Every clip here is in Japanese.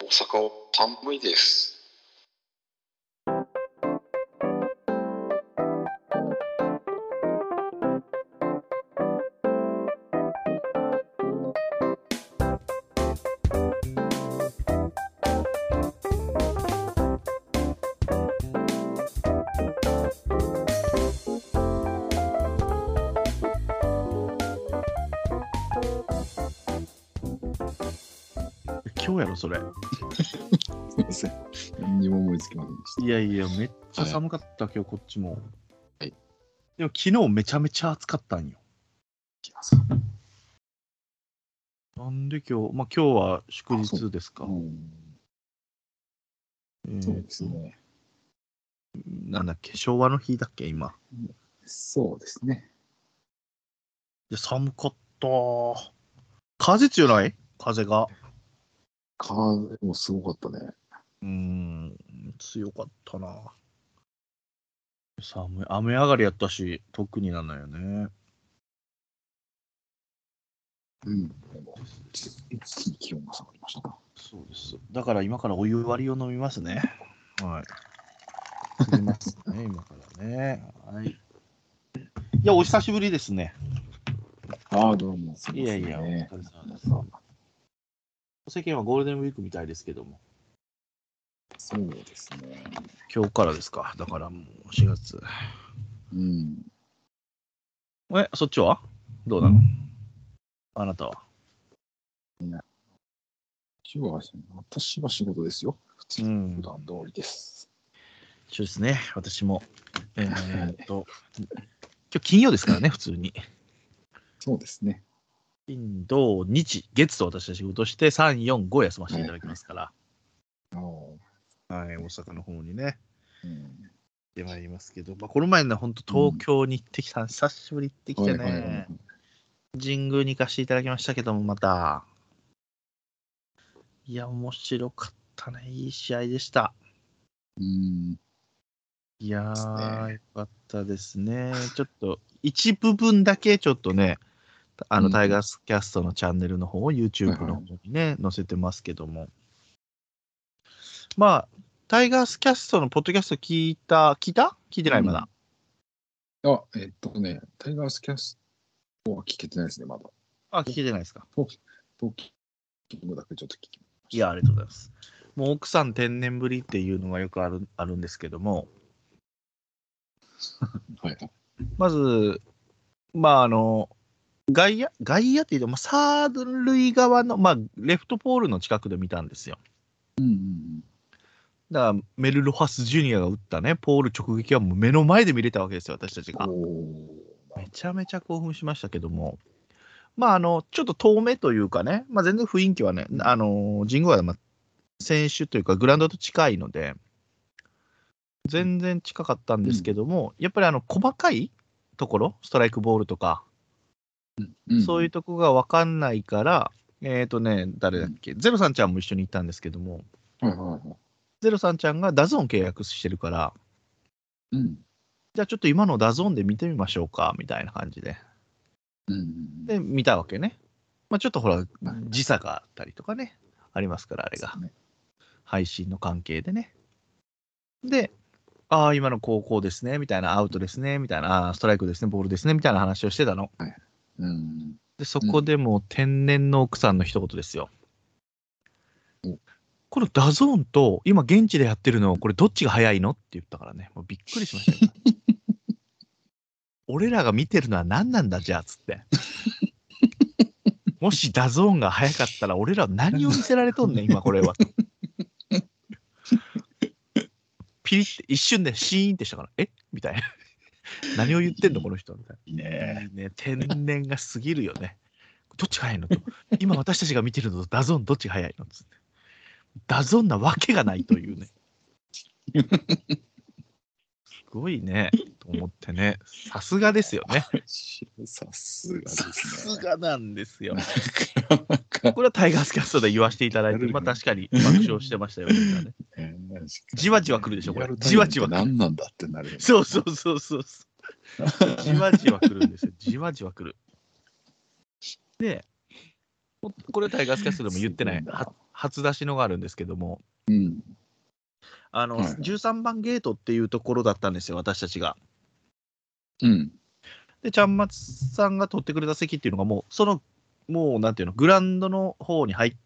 大阪は寒いです。 今日やろそれ。 すいません。何にも思いつきませんでした。 いやいや、めっちゃ寒かった、今日こっちも。 はい。 でも昨日めちゃめちゃ暑かったんよ。なんで今日、まあ今日は祝日ですか。 そうですね。 なんだっけ、昭和の日だっけ、今。 そうですね。 いや、寒かった。風強ない？風が。 風もすごかったね。 強かったな。寒い。雨上がりやったし、特になんだよね。 でも一気に気温が下がりましたな。 そうです。だから今からお湯割りを飲みますね。はい。飲みますね、今からね。はい。いや、お久しぶりですね。 ああ、どうも。 いやいや、お疲れ様です。世間はゴールデンウィークみたいですけども。 そうですね。 今日からですか。だからもう4月。そっちはどうなの？あなたは。 私は仕事ですよ。普段通りです。 そうですね。私も。今日金曜ですからね、普通に。 そうですね。 金、土、日、月と私は仕事して3、4、5休ませていただきますから。はい、大阪の方にね。出まいりますけど、この前ね、本当東京に行ってきた、久しぶり行ってきてね。神宮に行かせていただきましたけども、また。いや、面白かったね。いい試合でした。いやー、よかったですね。ちょっと、一部分だけちょっとね、タイガースキャストのチャンネルの方を YouTube の方にね、載せてますけども。まあ、タイガースキャストのポッドキャスト聞いてないまだ。 タイガースキャストは聞けてないですね、まだ。 聞けてないですか。 トーキングだけちょっと聞きました。 いや、ありがとうございます。もう奥さん天然ぶりっていうのがよくあるんですけども、まず、外野っていうと、サー塁側の、レフトポールの近くで見たんですよ。だから、メル・ロハス・ジュニアが打ったね、ポール直撃はもう目の前で見れたわけですよ、私たちが。めちゃめちゃ興奮しましたけども、ちょっと遠目というかね、全然雰囲気はね、神宮は選手というか、グラウンドと近いので、全然近かったんですけども、やっぱり細かいところ、ストライクボールとか、そういうとこが分かんないから、誰だっけ、ゼロさんちゃんも一緒に行ったんですけども、ゼロさんちゃんがダゾーン契約してるから、じゃあちょっと今のダゾーンで見てみましょうか、みたいな感じで。で、見たわけね。ちょっとほら、時差があったりとかね、ありますから、あれが。配信の関係でね。で、今の高校ですね、みたいな、アウトですね、みたいな、ストライクですね、ボールですね、みたいな話をしてたの。で、そこでもう天然の奥さんの一言ですよ。このダゾーンと今現地でやってるの、これどっちが早いのって言ったからね、もうびっくりしましたよ。俺らが見てるのは何なんだじゃあ、つって。もしダゾーンが早かったら俺ら何を見せられとんねん、今これは。ピリって一瞬でシーンってしたから、みたいな。何を言ってんのこの人みたいな。いいね。天然が過ぎるよね。どっちが早いのと。今私たちが見てるのとダゾーンどっちが早いのつって。ダゾーンなわけがないというね。すごいね。と思ってね。さすがですよね。 さすがですね。 さすがなんですよ。これはタイガースキャストで言わせていただいて、確かに爆笑してましたよ、みんなね。じわじわ来るでしょ、これ。じわじわ。 何なんだってなるよね。 そう。じわじわ来るんですよ。じわじわ来る。で、 これタイガースキャストでも言ってないすごいな初出しのがあるんですけども、 うん。はいはい 13番ゲートっていうところだったんですよ、私たちが。 うん。 で、ちゃんまつさんが取ってくれた席っていうのがもうなんていうの、グラウンドの方に入って、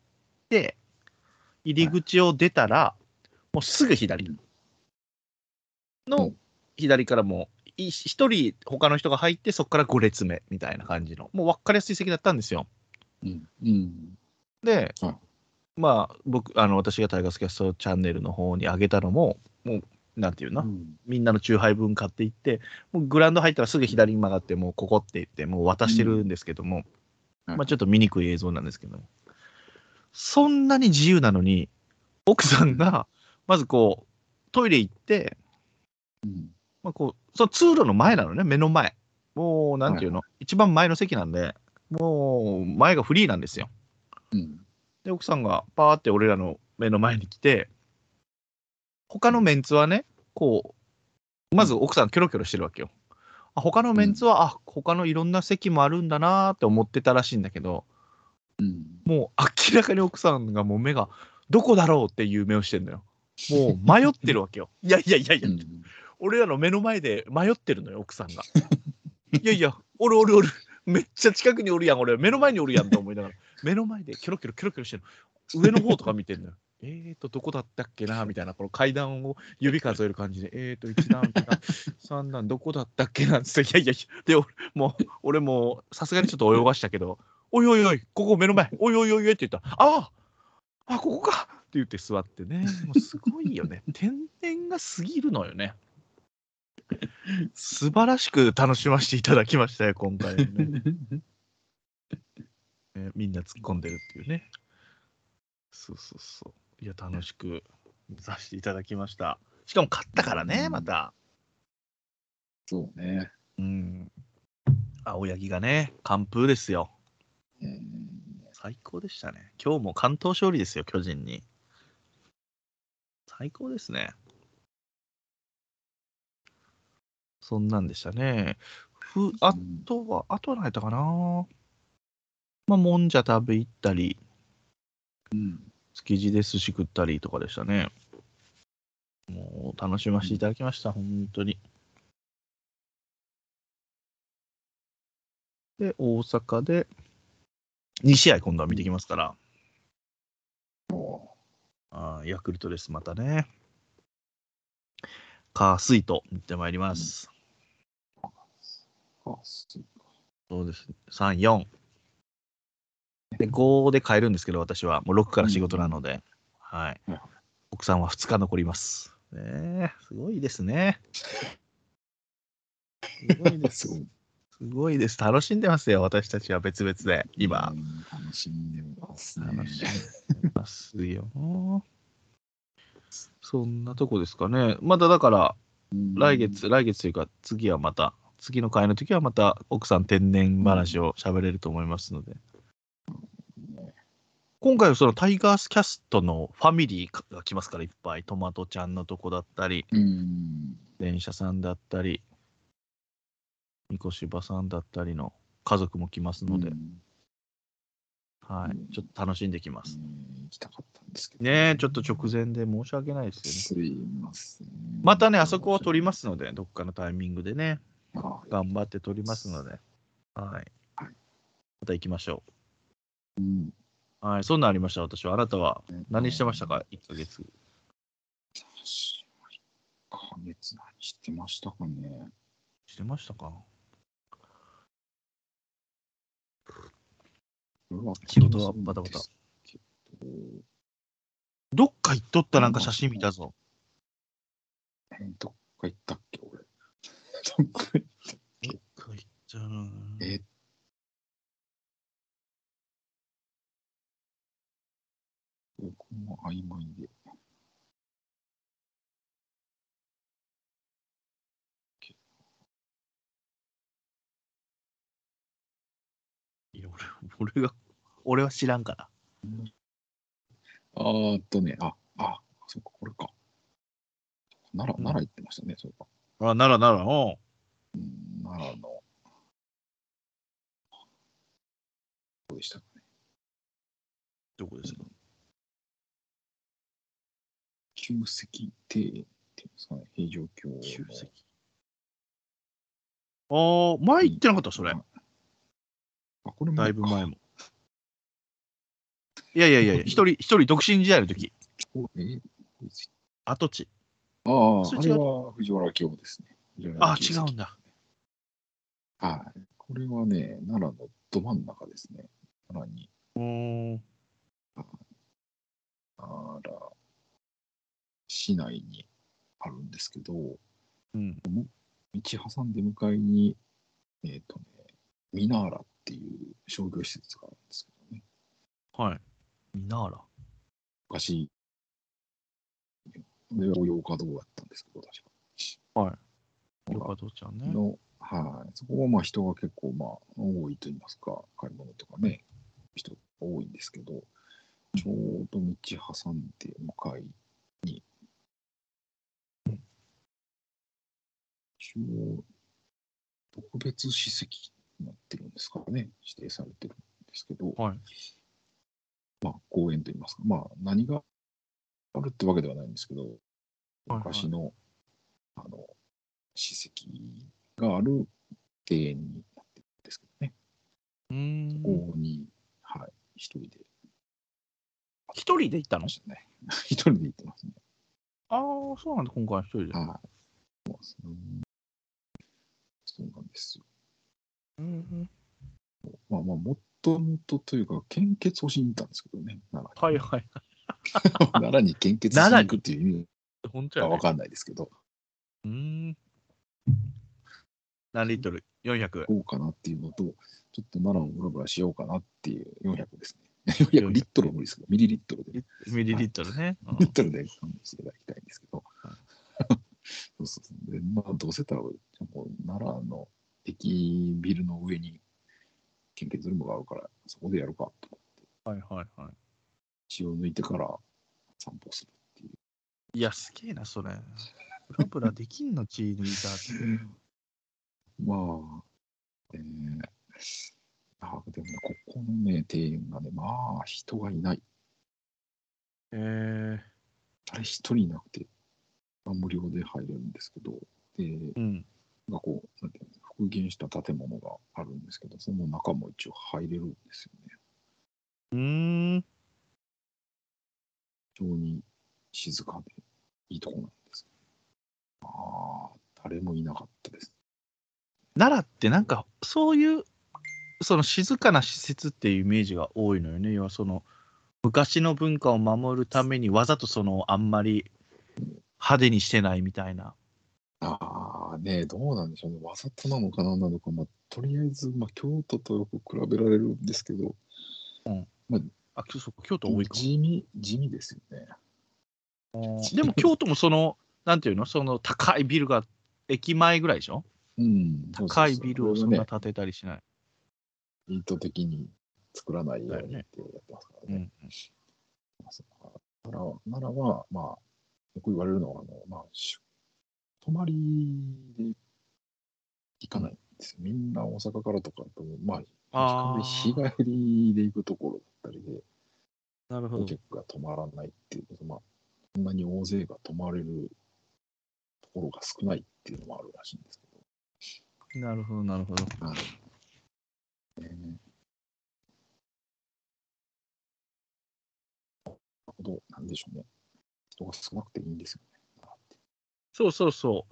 入り口を出たら、もうすぐ左の、左からもう一人他の人が入って、そこから5列目みたいな感じの、もう分かりやすい席だったんですよ。 うん。うん。 で、 はいまあ、私がタイガースキャストチャンネルの方に上げたのも、もう、なんていうの、みんなの酎ハイ分買っていって、もうグラウンド入ったらすぐ左に曲がって、もうここって言って、もう渡してるんですけども、 うんまあちょっと見にくい映像なんですけど、そんなに自由なのに、奥さんが、まずこう、トイレ行って、まあ、こう、その通路の前なのね、目の前。もう、なんていうの、一番前の席なんで、もう、前がフリーなんですよ。 うん。 で、奥さんがパーって俺らの目の前に来て、他のメンツはね、こう、まず奥さんキョロキョロしてるわけよ。他のメンツは、他のいろんな席もあるんだなーって思ってたらしいんだけど、もう明らかに奥さんがもう目が、どこだろうっていう目をしてるのよ。もう迷ってるわけよ。いやいやいやいや、俺らの目の前で迷ってるのよ、奥さんが。いやいや、おる、めっちゃ近くにおるやん、俺、目の前におるやんと思いながら、目の前でキョロキョロしてる。上の方とか見てんのよ。どこだったっけなみたいな、この階段を指数える感じで、1段、2段、3段、どこだったっけなって、いやいや、で、俺もさすがにちょっと泳がしたけど、おいおいおい、ここ目の前、おいおいおいおいって言ったら、ここかって言って座ってね、もうすごいよね。天然が過ぎるのよね。素晴らしく楽しませていただきましたよ、今回はね。みんな突っ込んでるっていうね。そうそうそう。いや、楽しく見させていただきました。しかも勝ったからね、また。 そうね。 青柳がね、完封ですよ。最高でしたね。今日も完投勝利ですよ、巨人に。最高ですね。そんなんでしたね。あとは何やったかな。まあ、もんじゃ食べ行ったり、築地で寿司食ったりとかでしたね。もう楽しませていただきました、本当に。で、大阪で2試合今度は見てきますから。ヤクルトです、またね。水と見てまいります。そうです。3、4。で、5で帰るんですけど、私は。もう6から仕事なので。はい。奥さんは2日残ります。すごいですね。すごいです。すごいです。楽しんでますよ、私たちは別々で、今。 楽しんでますね。 楽しんでますよ。そんなとこですかね。まだだから、来月というか、次の回の時はまた奥さん天然話を喋れると思いますので。今回はそのタイガースキャストのファミリーが来ますから、いっぱい。トマトちゃんのとこだったり、電車さんだったり、みこしばさんだったりの家族も来ますので、はい、ちょっと楽しんできます。 行きたかったんですけどねえ、ちょっと直前で申し訳ないですよね。 すいません。 またね、あそこは撮りますので、どっかのタイミングでね、頑張って撮りますので、はい。また行きましょう。はい、そんなんありました、私は。あなたは何してましたか、1ヶ月。 1ヶ月何してましたかね。 してましたか。仕事はバタバタ。どっか行っとったなんか写真見たぞ。 どっか行ったっけ、俺。どっか行ったっけ。 どっか行ったな。 この曖昧で。 いや、俺は知らんから。 そっか、これか。奈良行ってましたね、それか。 奈良、 奈良の。どうでしたかね。 どこですか？ 旧石庭園っていうんですかね、平城京の。 旧石。ああ、前行ってなかった、それ。 あ、これだいぶ前も。いや、一人独身時代の時。跡地。 ああ、あれそれ違う。 は藤原京ですね。 ああ、違うんだ。 はい。これはね、奈良のど真ん中ですね。奈良に。奈良市内にあるんですけど、 うん。 道挟んで向かいに、ミナーラっていう商業施設があるんですけどね。 はい。ミナーラ。 昔、で、洋華堂だったんですけど、確か。 はい。よかどちゃんね。 はい。そこはまあ人が結構まあ多いと言いますか、買い物とかね、人が多いんですけど、ちょうど道挟んで向かいに、一応特別史跡になってるんですからね、指定されてるんですけど、 はい。 まあ公園と言いますか、まあ何があるってわけではないんですけど、昔の、史跡がある庭園になってるんですけどね。そこに、はい、一人で。 一人で行ったの？ 一人で行ってますね。 ああ、そうなんだ、今回は一人で。 はい。そうなんですよ。まあ、もともとというか、献血をしに行ったんですけどね、奈良に。 はい。 奈良に献血しに行くっていう意味は分かんないですけど。 何リットル ?400。 こうかなっていうのと、ちょっと奈良をブラブラしようかなっていう400ですね。400リットルは無理ですけど、ミリリットルで。 ミリリットルね。 リットルで勘弁していただきたいんですけど。そうで、まあ、どうせたら、もう奈良の駅ビルの上に献血ルームがあるから、そこでやるかと思って。血を抜いてから散歩するっていう。 いや、すげえな、それ。ブラブラできんの、血抜いたって。 まあ、でもね、ここのね、庭園がね、まあ、人がいない。誰一人いなくて、無料で入れるんですけど、で、なんていうの、復元した建物があるんですけど、その中も一応入れるんですよね。非常に静かでいいとこなんですけど、誰もいなかったです。 奈良ってなんか、そういう、その静かな施設っていうイメージが多いのよね。要はその、昔の文化を守るためにわざとあんまり派手にしてないみたいな。 どうなんでしょうね。わざとなのか何なのか、とりあえず、京都とよく比べられるんですけど、 京都多いか。 地味ですよね。 でも京都もなんていうの、高いビルが駅前ぐらいでしょ？高いビルをそんな建てたりしない。 意図的に作らないようにってやってますからね。奈良は、よく言われるのは、泊まりで行かないんですよ。みんな大阪からとかと、日帰りで行くところだったりで、お客が泊まらないっていうこと、そんなに大勢が泊まれるところが少ないっていうのもあるらしいんですけど。 なるほど。 なんでしょうね。人が少なくていいんですよね。 そう。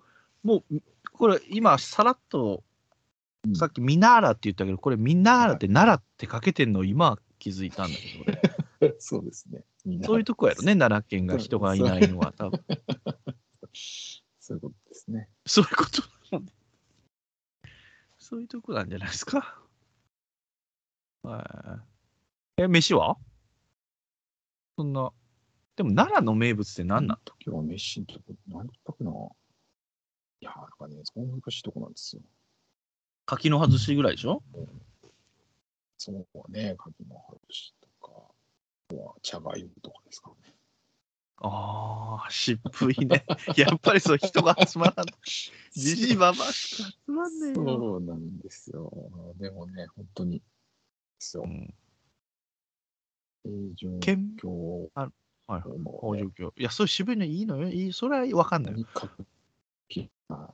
もう、これ今、さらっと、さっきミナーラって言ったけど、これミナーラって奈良ってかけてんのを今気づいたんだけど、 そうですね。 そういうとこやろね、奈良県が人がいないのは、多分。 そういうことですね。 そういうことなのね。そういうとこなんじゃないですか。飯はそんな、でも奈良の名物って何なの？ 今日は飯のとこ、何だったかな。いやなんかね、そこ難しいとこなんですよ。 柿の外しぐらいでしょ？ そうね、柿の外しとか、あとは茶がゆとかですかね。 渋いね。やっぱり人が集まらん。じじいばばしか集まんねえよ。 そうなんですよ。でもね、本当にですよ。 県京あはい、 も北条京。いや、そういう渋いのいいのよ。いい、それはわかんないよ。 とにかくきな、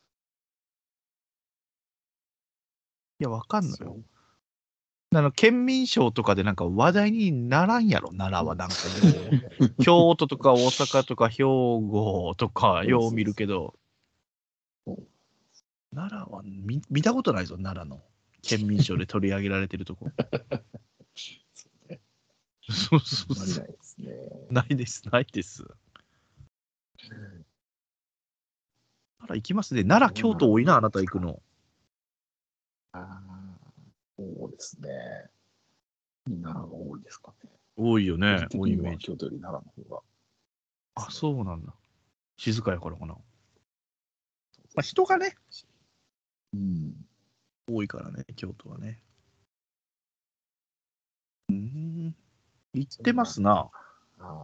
いや、わかんないよ。 そう県民賞とかでなんか話題にならんやろ、奈良は。なんかよう。京都とか大阪とか兵庫とかよう見るけど、 そう奈良は見たことないぞ、奈良の。県民賞で取り上げられてるとこ。 そうね。 そうそうあんまりそう。 ないですね。 ないです、ないです。奈良行きますね。奈良、京都多いな、あなた行くの。 ああ、そうですね。奈良が多いですかね。 多いよね個人、的には多いイメージ。 京都より奈良の方が。 あ、そうなんだ。静かやからかな。まあ、人がね、 うん。 多いからね、京都はね。行ってますな。 はい。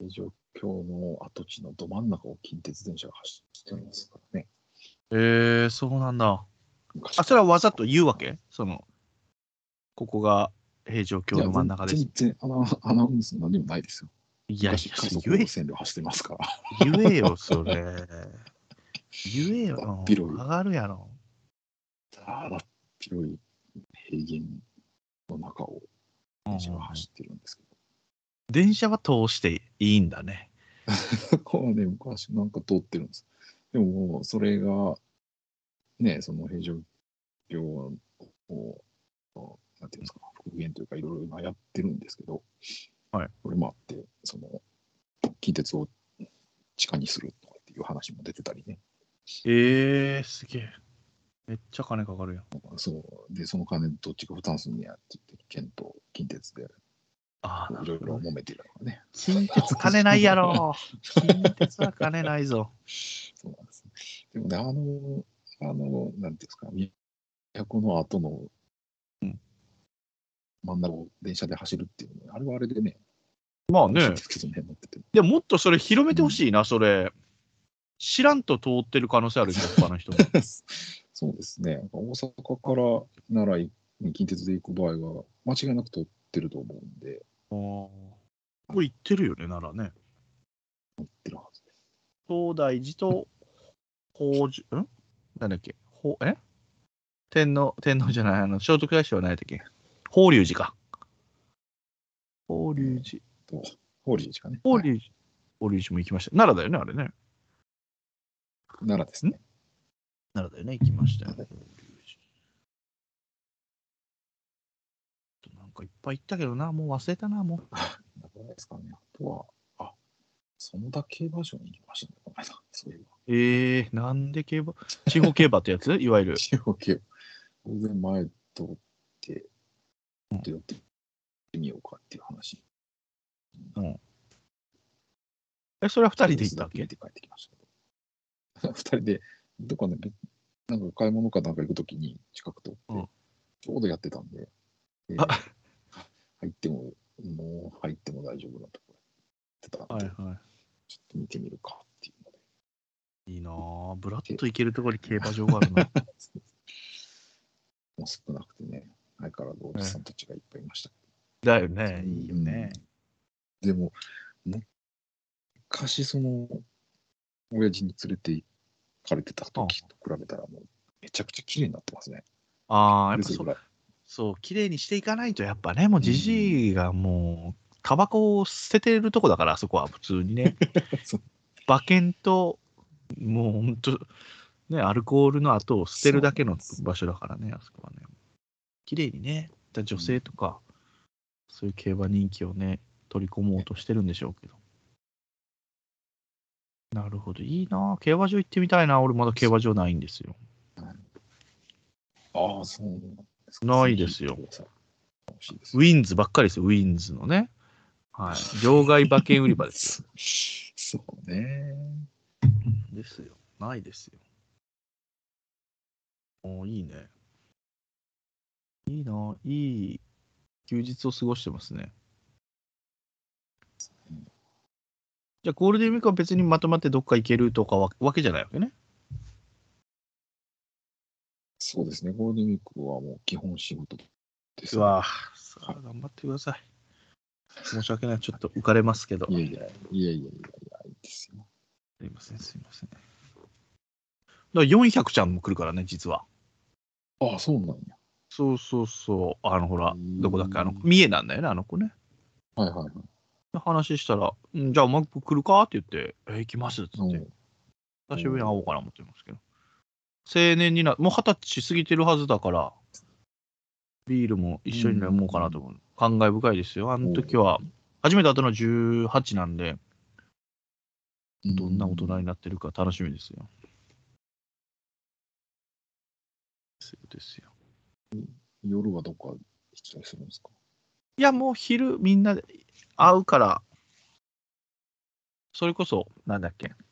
平城京の跡地のど真ん中を近鉄電車が走ってるんですからね。 そうなんだ。 昔あ、それはわざと言うわけここが平城京いや、 の真ん中です。 全然アナウンス何もないですよ。 いやいや、 昔からそこ言え、 線路走ってますから。 言えよ、それ。言えよ、 だっ広い上がるやろ。 だだっ広い平原の中を電車が走ってるんですけ電車は通していいんだね。 ど、ここはね、昔なんか通ってるんです。でももう、それが、ね、その平城京を、なんていうんですか、復元というか、いろいろ今やってるんですけど、 はい。 これもあって、その、近鉄を地下にするとかっていう話も出てたりね。 すげえ。めっちゃ金かかるやん。 そう。で、その金どっちが負担するんやって言って、県と近鉄でああ、 いろいろ揉めてるのがね。 近鉄金ないやろ。近鉄は金ないぞ。 そうなんです。でもね、なんていうんですか、都の後のうん真ん中を電車で走るっていうのは、あれはあれでね、 まあね楽しいんで。すけどね、乗ってても。 でももっとそれ広めてほしいな、それ。知らんと通ってる可能性あるじゃん、他の人も。 そうですね。大阪から奈良に近鉄で行く場合は、間違いなく通ってると思うんで、 これ行ってるよね、ならね。 乗ってるはずです。 東大寺と法寿、なんだっけ天皇じゃない、聖徳太子は何やったっけ法隆寺か。法隆寺。 と、法隆寺かね。はい、 法隆寺。法隆寺も行きました。奈良だよね、あれね。 奈良ですね。 奈良だよね、行きましたよ。 はい法隆寺。なんかいっぱい行ったけどな、もう忘れたな、もう。 どうですかね。あとは、園田競馬場に行きましたね、この間。そういえば。 なんで競馬地方競馬ってやついわゆる。 地方競馬。当然前通って、ちょっと寄ってみようかっていう話。 うんそれは二人で行ったわけ見て帰ってきましたけど。二人で、どこかね、なんか買い物かなんか行くときに近く通って、 うんちょうどやってたんで、 あ入っても大丈夫なところやってたんで、 はいはちょっと見てみるかっていうので。 い。いいなぁ。ブラッと行けるところに競馬場があるな。 もう少なくてね、相変わらずおじさんたちがいっぱいいましたけだよね。 ど。 いいよね。 でも、昔親父に連れて行かれてた時と比べたらもうめちゃくちゃ綺麗になってますね。 やっぱそれぐらい。 そう、綺麗にしていかないと、やっぱね、もうじじいがもう、タバコを捨ててるとこだから、あそこは普通にね。 そう馬券と、もう本当、ね、アルコールの後を捨てるだけの場所だからね、あそこはね。綺麗にね、女性とか、そういう競馬人気をね、取り込もうとしてるんでしょうけど。なるほど、いいな。競馬場行ってみたいな。俺まだ競馬場ないんですよ。 ああ、そうなんですか。 ないですよ。 ぜひ行ってください。楽しいですウィンズばっかりですよ、ウィンズのね。はい。場外馬券売り場ですよ。 そうね。 ですよ。ないですよ。いいね。いいな。いい休日を過ごしてますね。じゃあ、ゴールデンウィークは別にまとまってどっか行けるとかわけじゃないわけね。 そうですね。ゴールデンウィークはもう基本仕事ですね。 うわぁ、さあ、頑張ってください。 申し訳ない。ちょっと浮かれますけど。 いやいや、いいですよ。 すいません、すいません。だから400ちゃんも来るからね、実は。 ああ、そうなんや。 そうそうそう。ほら、どこだっけ、 うん三重なんだよね、あの子ね。 はいはいはい。 話したら、じゃあ、マック来るかって言って、行きますっつって、 うん久しぶりに会おうかな思ってますけど。青年にもう20歳過ぎてるはずだから、ビールも一緒に飲もうかなと思う。感慨深いですよ。あの時は、初めて会ったのは18なんで、どんな大人になってるか楽しみですよ。ですよ。 夜はどっか行ったりするんですか？ いや、もう昼みんなで会うから、それこそ、なんだっけ、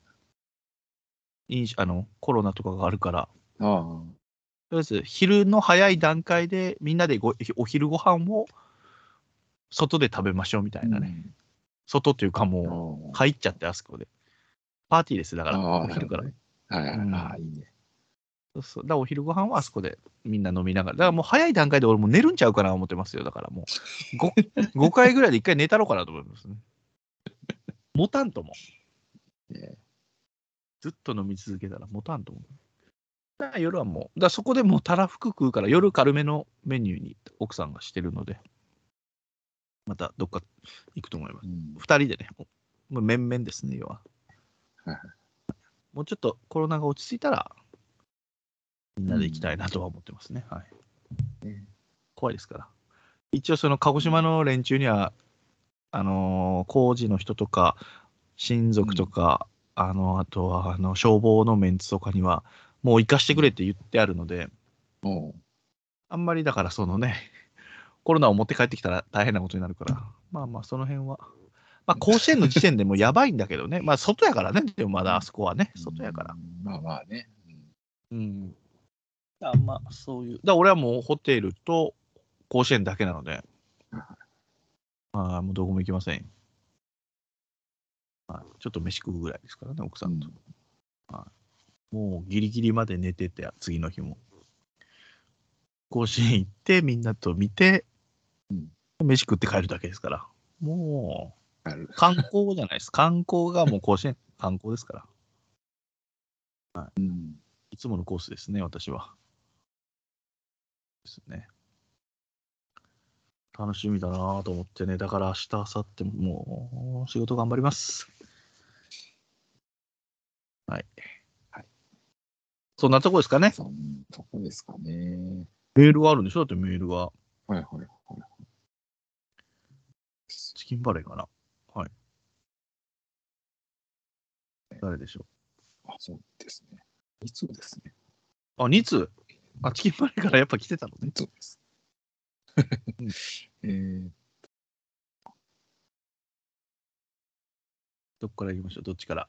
コロナとかがあるから、 ああ。 とりあえず昼の早い段階でみんなでお昼ご飯を外で食べましょうみたいなね。外っていうかもう入っちゃってあそこで。パーティーです、だから、 ああ、 お昼から。 ね。はいはい。ああ、いいね。 そうそう。だからお昼ご飯はあそこでみんな飲みながら。だからもう早い段階で俺もう寝るんちゃうかな思ってますよ。だからもう 5回ぐらいで1回寝たろうかなと思いますね。持たんとも。ずっと飲み続けたら持たんと思う。だから夜はもう、だからそこでもうたらふく食うから夜軽めのメニューに奥さんがしてるので、またどっか行くと思います。2人でね、もう面々ですね、要は。もうちょっとコロナが落ち着いたら、みんなで行きたいなとは思ってますね。はい。怖いですから。一応その鹿児島の連中には、工事の人とか、親族とか、あとは消防のメンツとかには、もう行かしてくれって言ってあるので、あんまりだからそのね、コロナを持って帰ってきたら大変なことになるから、まあまあその辺は。まあ甲子園の時点でもうやばいんだけどね、まあ外やからね、でもまだあそこはね、外やから。 まあまあね。 まあそういう。だから俺はもうホテルと甲子園だけなので、もうどこも行きませんよ。ちょっと飯食うぐらいですからね、奥さんと。もうギリギリまで寝てて、次の日も。甲子園行って、みんなと見て、飯食って帰るだけですから。もう、観光じゃないです。観光がもう甲子園、観光ですから。いつものコースですね、私は。ですね。楽しみだなと思ってね。だから明日、明後日もう仕事頑張ります。はい。そんなとこですかね。 そんなとこですかね。 メールがあるんでしょ？だってメールが。 はいはいはい。 チキンバレーかな。はい。誰でしょう？そうですね。2通ですね。 2通。チキンバレーからやっぱ来てたのね。 2通です。 どっから行きましょう？どっちから。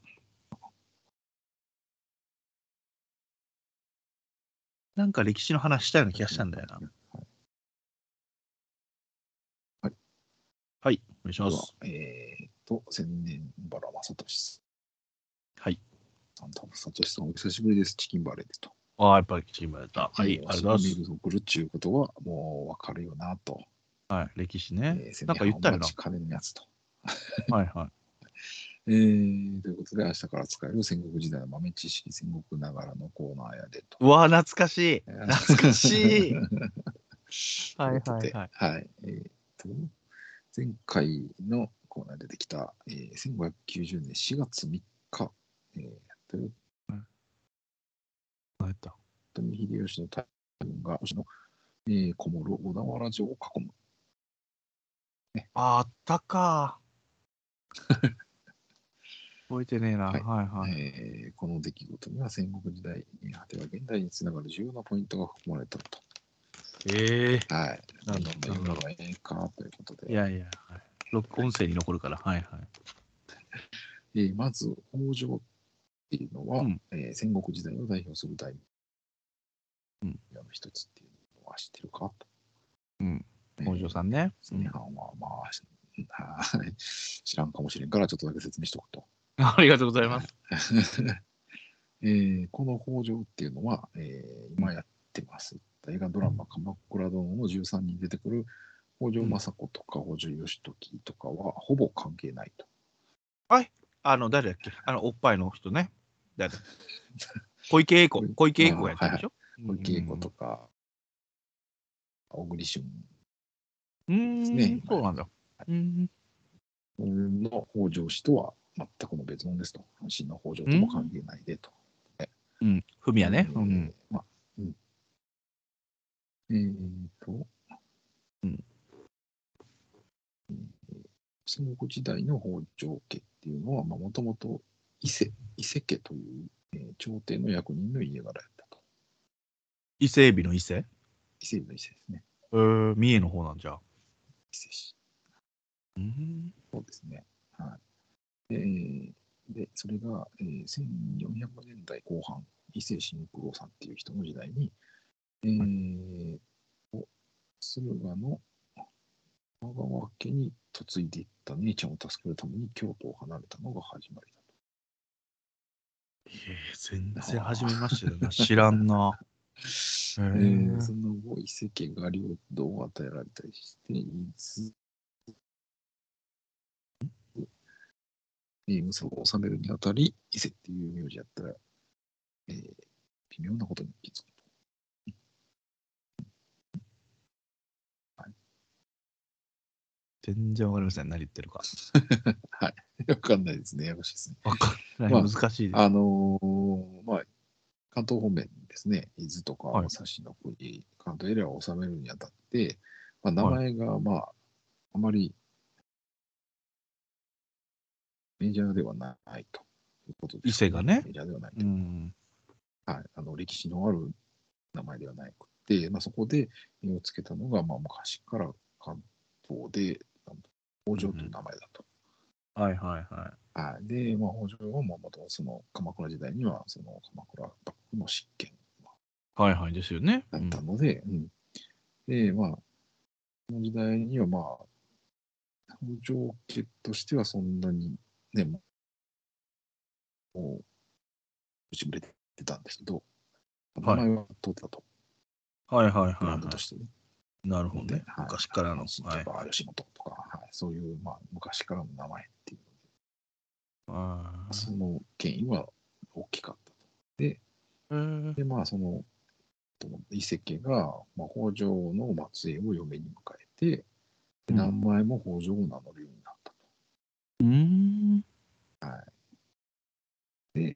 なんか歴史の話したような気がしたんだよな。 はい。 はい、お願いします。 千年原正俊はい。 さとしさん、お久しぶりです。チキンバレーでと。 やっぱりチキンバレーだ。はい、ありがとうございます。 メールを送るっていうことは、もうわかるよなと。 はい、歴史ね。なんか言ったよな。 金のやつと。 はいはい。 ということで、明日から使える戦国時代の豆知識、戦国ながらのコーナーやでと。 うわ、懐かしい。懐かしい。はいはいはい。 はい。前回のコーナーで出てきた、1590年4月3日、豊臣秀吉の大軍が、こもる小田原城を囲む。 あったか。覚えてねえな。はいはい。 この出来事には戦国時代に果ては現代につながる重要なポイントが含まれていると。はい。 なんだ読むのがええかということで。 いやいや、はい、音声に残るから。はいはい。 まず、北条っていうのは、戦国時代を代表する大名の一つっていうのは知ってるかと。 北条さんね。 前半はまあ、知らんかもしれんからちょっとだけ説明しておくと。 ありがとうございます。 この北条っていうのは、今やってます。映画ドラマ、鎌倉殿の13人出てくる北条政子とか北条義時とかはほぼ関係ないと。 誰だっけおっぱいの人ね。誰だ小池栄子。小池栄子がやってるでしょ。 小池栄子とか、小栗旬ですね。そうなんだ。 の北条氏とは全くの別物ですと。阪神の北条とも関係ないでと。 フミヤね。 戦国時代の北条家っていうのは、もともと伊勢家という、朝廷の役人の家柄やったと。 伊勢海老の伊勢伊勢海老の伊勢ですね。 三重の方なんじゃ。 伊勢市。 そうですね。はい。で、それが、1400年代後半、伊勢新九郎さんっていう人の時代に、駿河の今川家に嫁いでいった姉ちゃんを助けるために京都を離れたのが始まりだと。 全然初めましてだな。知らんな。 その後、伊勢家が領土を与えられたりして、武装を治めるにあたり、伊勢っていう名字やったら、微妙なことに気づくと。 全然わかりません。何言ってるか。 はい。わかんないですね。ややこしいですね。 わかんない。難しいです。 関東方面ですね、伊豆とか武蔵の国、関東エリアを治めるにあたって、名前があまりメジャーではないということです、 伊勢がね。 メジャーではないと。はい。歴史のある名前ではなくて、そこで名を付けたのが、昔から関東で北条という名前だと。で、北条はもとその鎌倉時代にはその鎌倉幕府の執権ですよね。 だったので、で、その時代には北条家としてはそんなにね、もう、打ちぶれてたんですけど、名前は通ったと。ブランドとしてね。 なるほどね。昔からの。 吉本とか、そういう、昔からの名前っていう。その権威は大きかったと。で、その、伊勢家が、北条の末裔を嫁に迎えて、名前も北条を名乗るようになったと。で、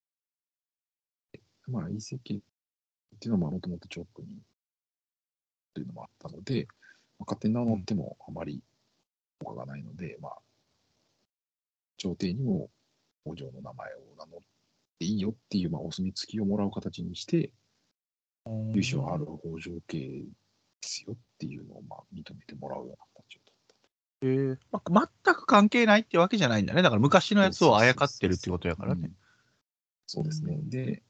伊勢家っていうのはもともと直人というのもあったので、勝手に名乗ってもあまり効果がないので、朝廷にも北条の名前を名乗っていいよっていう、お墨付きをもらう形にして、由緒ある北条家ですよっていうのを認めてもらうような形を取ったと。 全く関係ないってわけじゃないんだね。だから昔のやつをあやかってるってことやからね。 そうですね。で、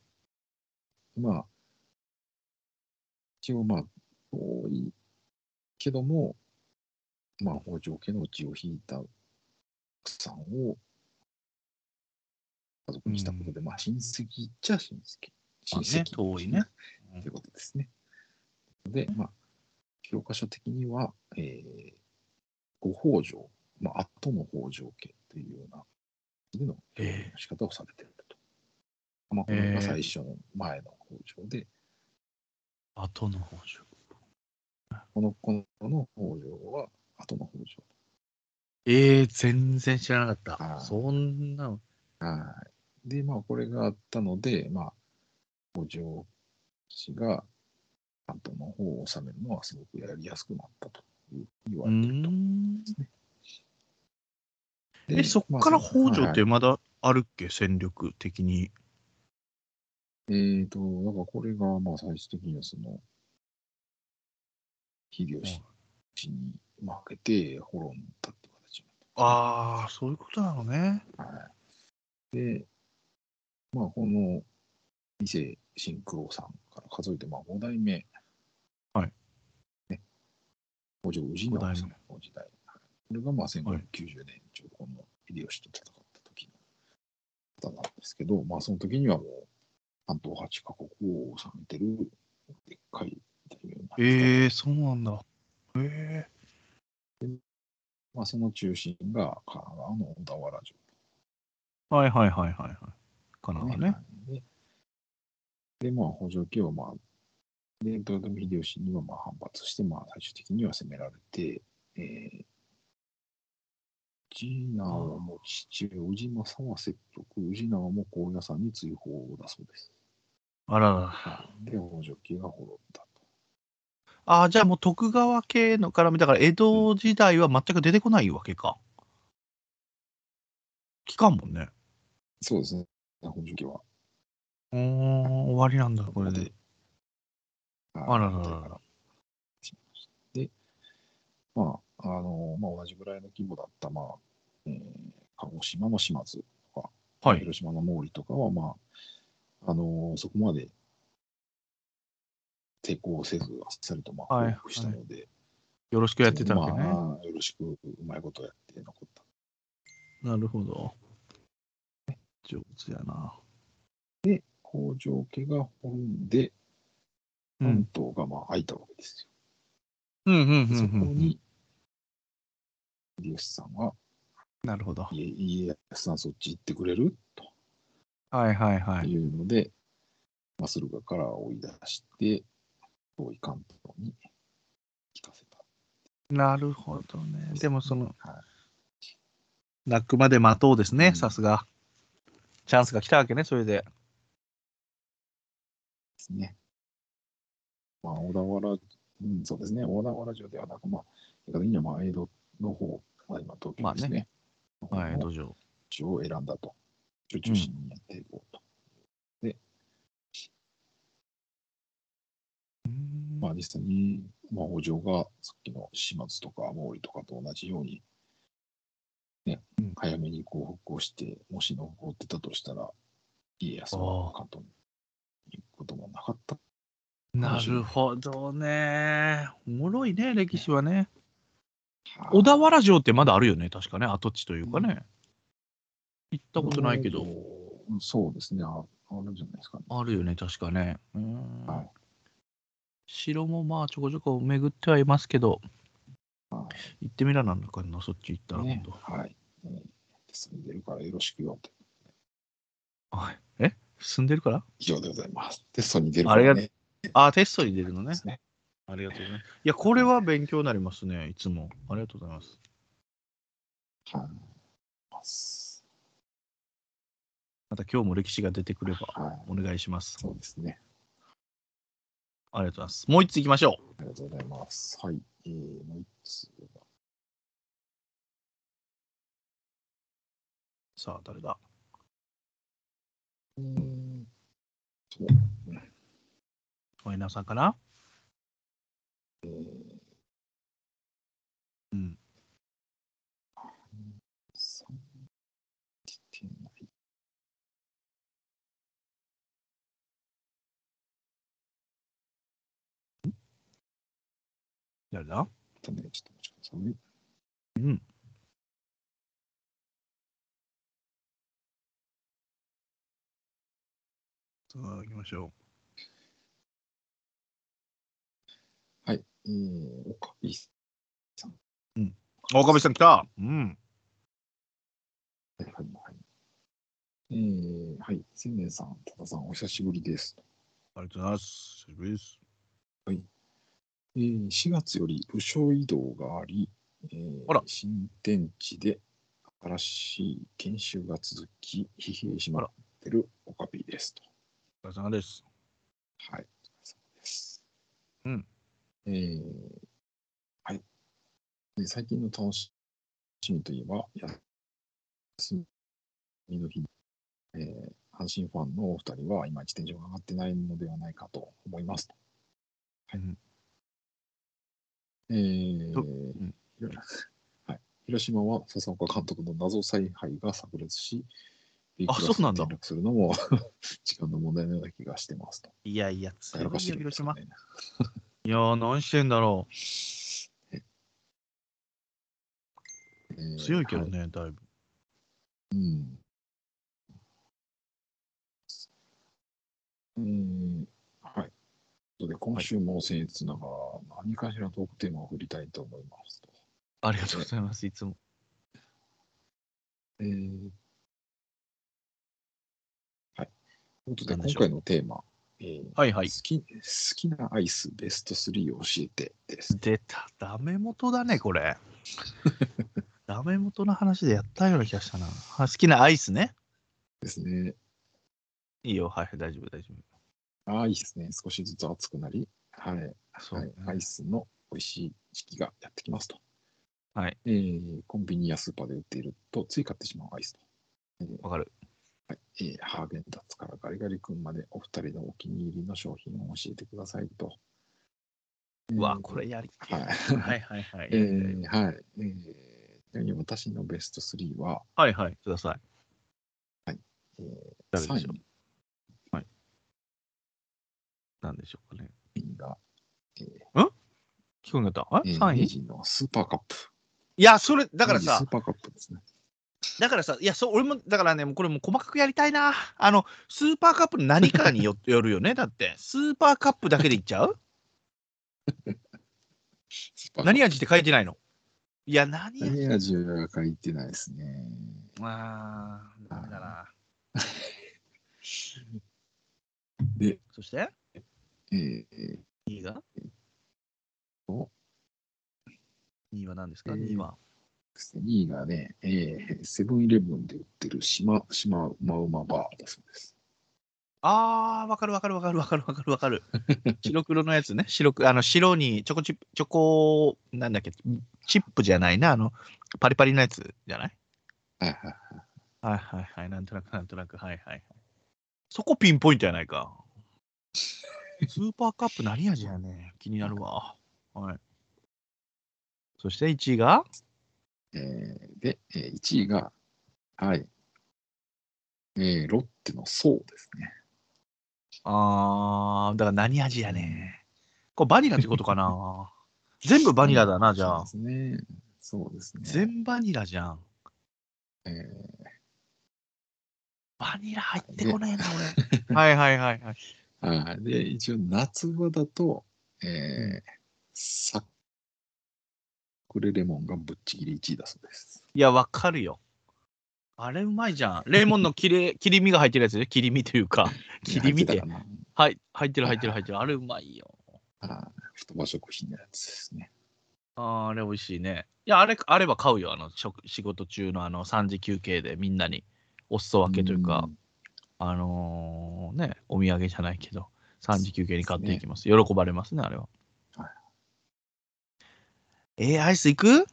一応遠いけども、北条家の血を引いた奥さんを家族にしたことで、親戚っちゃ親戚。 遠いね。 ということですね。で、教科書的には、ご北条、後の北条家というようなでの表現の仕方をされていると。これが最初の前の北条で、 後の北条。 この北条は後の北条。 全然知らなかった。そんな。 で、これがあったので、北条氏が関東の方を治めるのはすごくやりやすくなったと言われているとですね。 そっから北条ってまだあるっけ、戦力的に。 だからこれが最終的にはその秀吉に負けて滅んだって形になった。 そういうことなのね。 で、この伊勢新九郎さんから数えて5代目。北条氏直さんの時代。これが1590年、ちょうどこの秀吉と戦った時の方なんですけど、その時にはもう関東8カ国を治めてるでっかい大名になってた。 そうなんだ。 まあ、その中心が神奈川の小田原城はいはいはいはいはい。神奈川ね。 はいで、まあ、北条家は、まあ、で、豊臣秀吉にはまあ反発して、まあ、最終的には攻められて、氏直も父上、氏政は切腹、氏直も高野山に追放を出そうです。 あらら。 で、北条家が滅んだと。 ああ、じゃあもう徳川系のから見たから、江戸時代は全く出てこないわけか。聞かんもんね。 そうですね、北条家は。 終わりなんだ、これで。あらららら。 で、まあ、まあ、同じぐらいの規模だった、まあ、鹿児島の島津とか、 はい。 広島の毛利とかは、まあ、そこまで抵抗せず、あっさりとまあはい降伏したので、 よろしくやってたわけね。 まあ、よろしくうまいことやって残った。 なるほど。上手やな。 で、北条家が滅んで、関東がまあ空いたわけですうんうんうんよ。そこうん。 に、秀吉さんは、 なるほど。 家康さんそっち行ってくれるはいはいはとい。 いうので、まあ、駿河から追い出して、遠い関東に行かせた。 なるほどね。でもその、 はい泣くまで待とうですね、 うんさすが。チャンスが来たわけね、それで。 ですね。まあ、小田原、そうですね、小田原城ではなく、まあ、結果的にはまあ江戸の方、まあ、今、東京ですね、 はい、 の土壌。 城を選んだと。中心にやっていこうと。で、まあ、実際に、まあ、北条がさっきの島津とか毛利とかと同じように、ね、早めに降伏をして、もし残ってたとしたら、家康は関東に行くこともなかったかもなしれない。 るほどね。おもろいね、歴史はね。 は小田原城ってまだあるよね、確かね、跡地というかね。行ったことないけど。 そうですね、あるんじゃないですかね。 あるよね、確かね。 はい。 城もまあちょこちょこ巡ってはいますけど、 は行ってみらなんだかな、そっち行ったらい。ね今度。 はい。住んでるからよろしくよと。 はい。住んでるから以上でございます。テストに出るあれが、 からね。 テストに出るのね。 ね。 ありがとうございます。いや、これは勉強になりますね、いつも。ありがとうございます。 はい。 また今日も歴史が出てくればはい。 お願いします。 そうですね。 ありがとうございます。もう一つ行きましょう。 ありがとうございます。はい。もう一つが。 さあ、誰だそう。 ワイナーさんかなうん。誰だちょっと待ちください。 うん。さあ、行きましょはい。岡井さん。 う。うん。岡部さん来た。うん。 はいはいはい。はい。千年さん、多田さん、お久しぶりです。 ありがとうございます。久しぶりです。 はい。4月より部署移動があり、 あら。 新天地で新しい研修が続き、疲弊しまってるオカピーですと。 お疲れ様です。 はい。お疲れ様です。 うん。 はい。で最近の楽しみといえば、休みの日、阪神ファンのお二人は、いまいちテンションが上がってないのではないかと思いますと。はい。 うんえーうんはい、広島は笹岡監督の謎采配が炸裂し、B クラスにそうなんだ転落するのも時間の問題のような気がしてますと。 いやいや、 や強いよ、 らかしてるんで広島。 すかね。 いやー、何してんだろう。強いけどはい。 ね、だいぶ。 うん。はい。で今週も僭越ながら何かしらトークテーマを振りたいと思いますと。 ありがとうございます、いつも。 はい。ということで、 何でしょう今回のテーマ、 はいはい。 好きなアイスベスト3を教えてです。 出た。ダメ元だね、これ。ダメ元の話でやったような気がしたな。好きなアイスね。 ですね。 いいよ、はい、大丈夫、大丈いいですね。少しずつ暑くなり、はい。 そうねアイスの美味しい時期がやってきますと。 夫。はい、 コンビニやスーパーで売っているとつい買ってしまうアイスと。 わかる。 はい。ハーゲンダッツからガリガリ君までお二人のお気に入りの商品を教えてくださいと。 うわ、これやりたい。 はい。 はいはいはい。 はい。ちなみに私のベスト3は、 はいはい、ください。誰でしょ 3 う。はい。なんでしょうかね。 位が、 聞こえなかった？ 3 位？ 明治のスーパーカップ。 いや、それ、だからさ明治スー、パーカップですね。 いや、俺も、だからね、もうこれもう細かくやりたいな。スーパーカップの何かによるよね。だって、スーパーカップだけでいっちゃう？ スーパーカップ何味って書いてないの？いや、何味？ 何味は書いてないですね。 ダメだな。 で、 そして、 2 2位がと、 2位は何ですか？ 2 位は。 2位がね、セブンイレブンで売ってるしまうまバーだそうです。 わかるわかるわかるわかるわかるわかる。白黒のやつね。白にチョコ、なんだっけ、チップじゃないな。パリパリのやつじゃない？ はいはい。 はいはいはい。なんとなくなんとなく。はいはいはい。そこピンポイントやないか。スーパーカップ何味やね。気になるわ。はい。そして1位がで、1位が、はい、ロッテのソーですね。 だから何味やね。これバニラってことかな。全部バニラだな、じゃあ。 そうですね。そうですね。 全バニラじゃん。 えーバニラ入ってこないな、俺。はいはいはいはい。 で、一応夏場だと、サクレレモンがぶっちぎり1位だそうです。 いや、わかるよ。あれうまいじゃん。レモンの切り身が入ってるやつね。切り身というか、切り身って。はい、入ってる入ってる入ってる。あれうまいよ。 太葉食品のやつですね。 あれ美味しいね。いや、あれば買うよ。仕事中の3時休憩でみんなにお裾分けというか、お土産じゃないけど、3時休憩に買っていきます。喜ばれますね、あれは。アイスいく？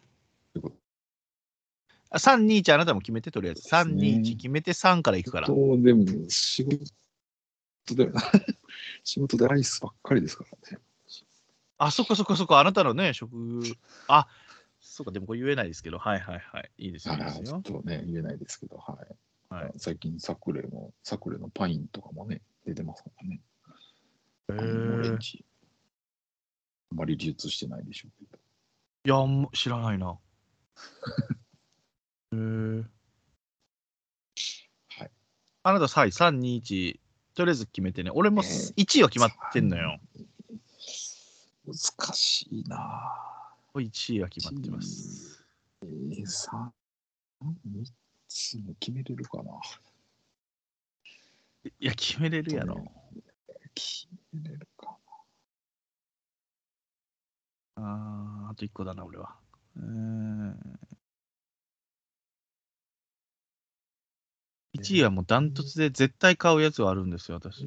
3、2、1、あなたも決めて、とりあえず。3、2、1決めて3からいくから。 でも、仕事で、仕事でアイスばっかりですからね。 そっかそっかそっか、あなたのね、そうか、でもこれ言えないですけど、はいはいはい。いいですよ、いいですよ。 ちょっとね、言えないですけど、最近サクレのパインとかもね、出てますからね。パインオレンジ。あまり流通してないでしょうけど。 いや、知らないな。 はい。 あなた、3、2、1、とりあえず決めてね。俺も1位は決まってんのよ。 難しいな 1位は決まってます。 3つも決めれるかな。 いや、決めれるやろ。 決めれるかあと1個だな、俺は。1位はもうダントツで絶対買うやつはあるんですよ、私。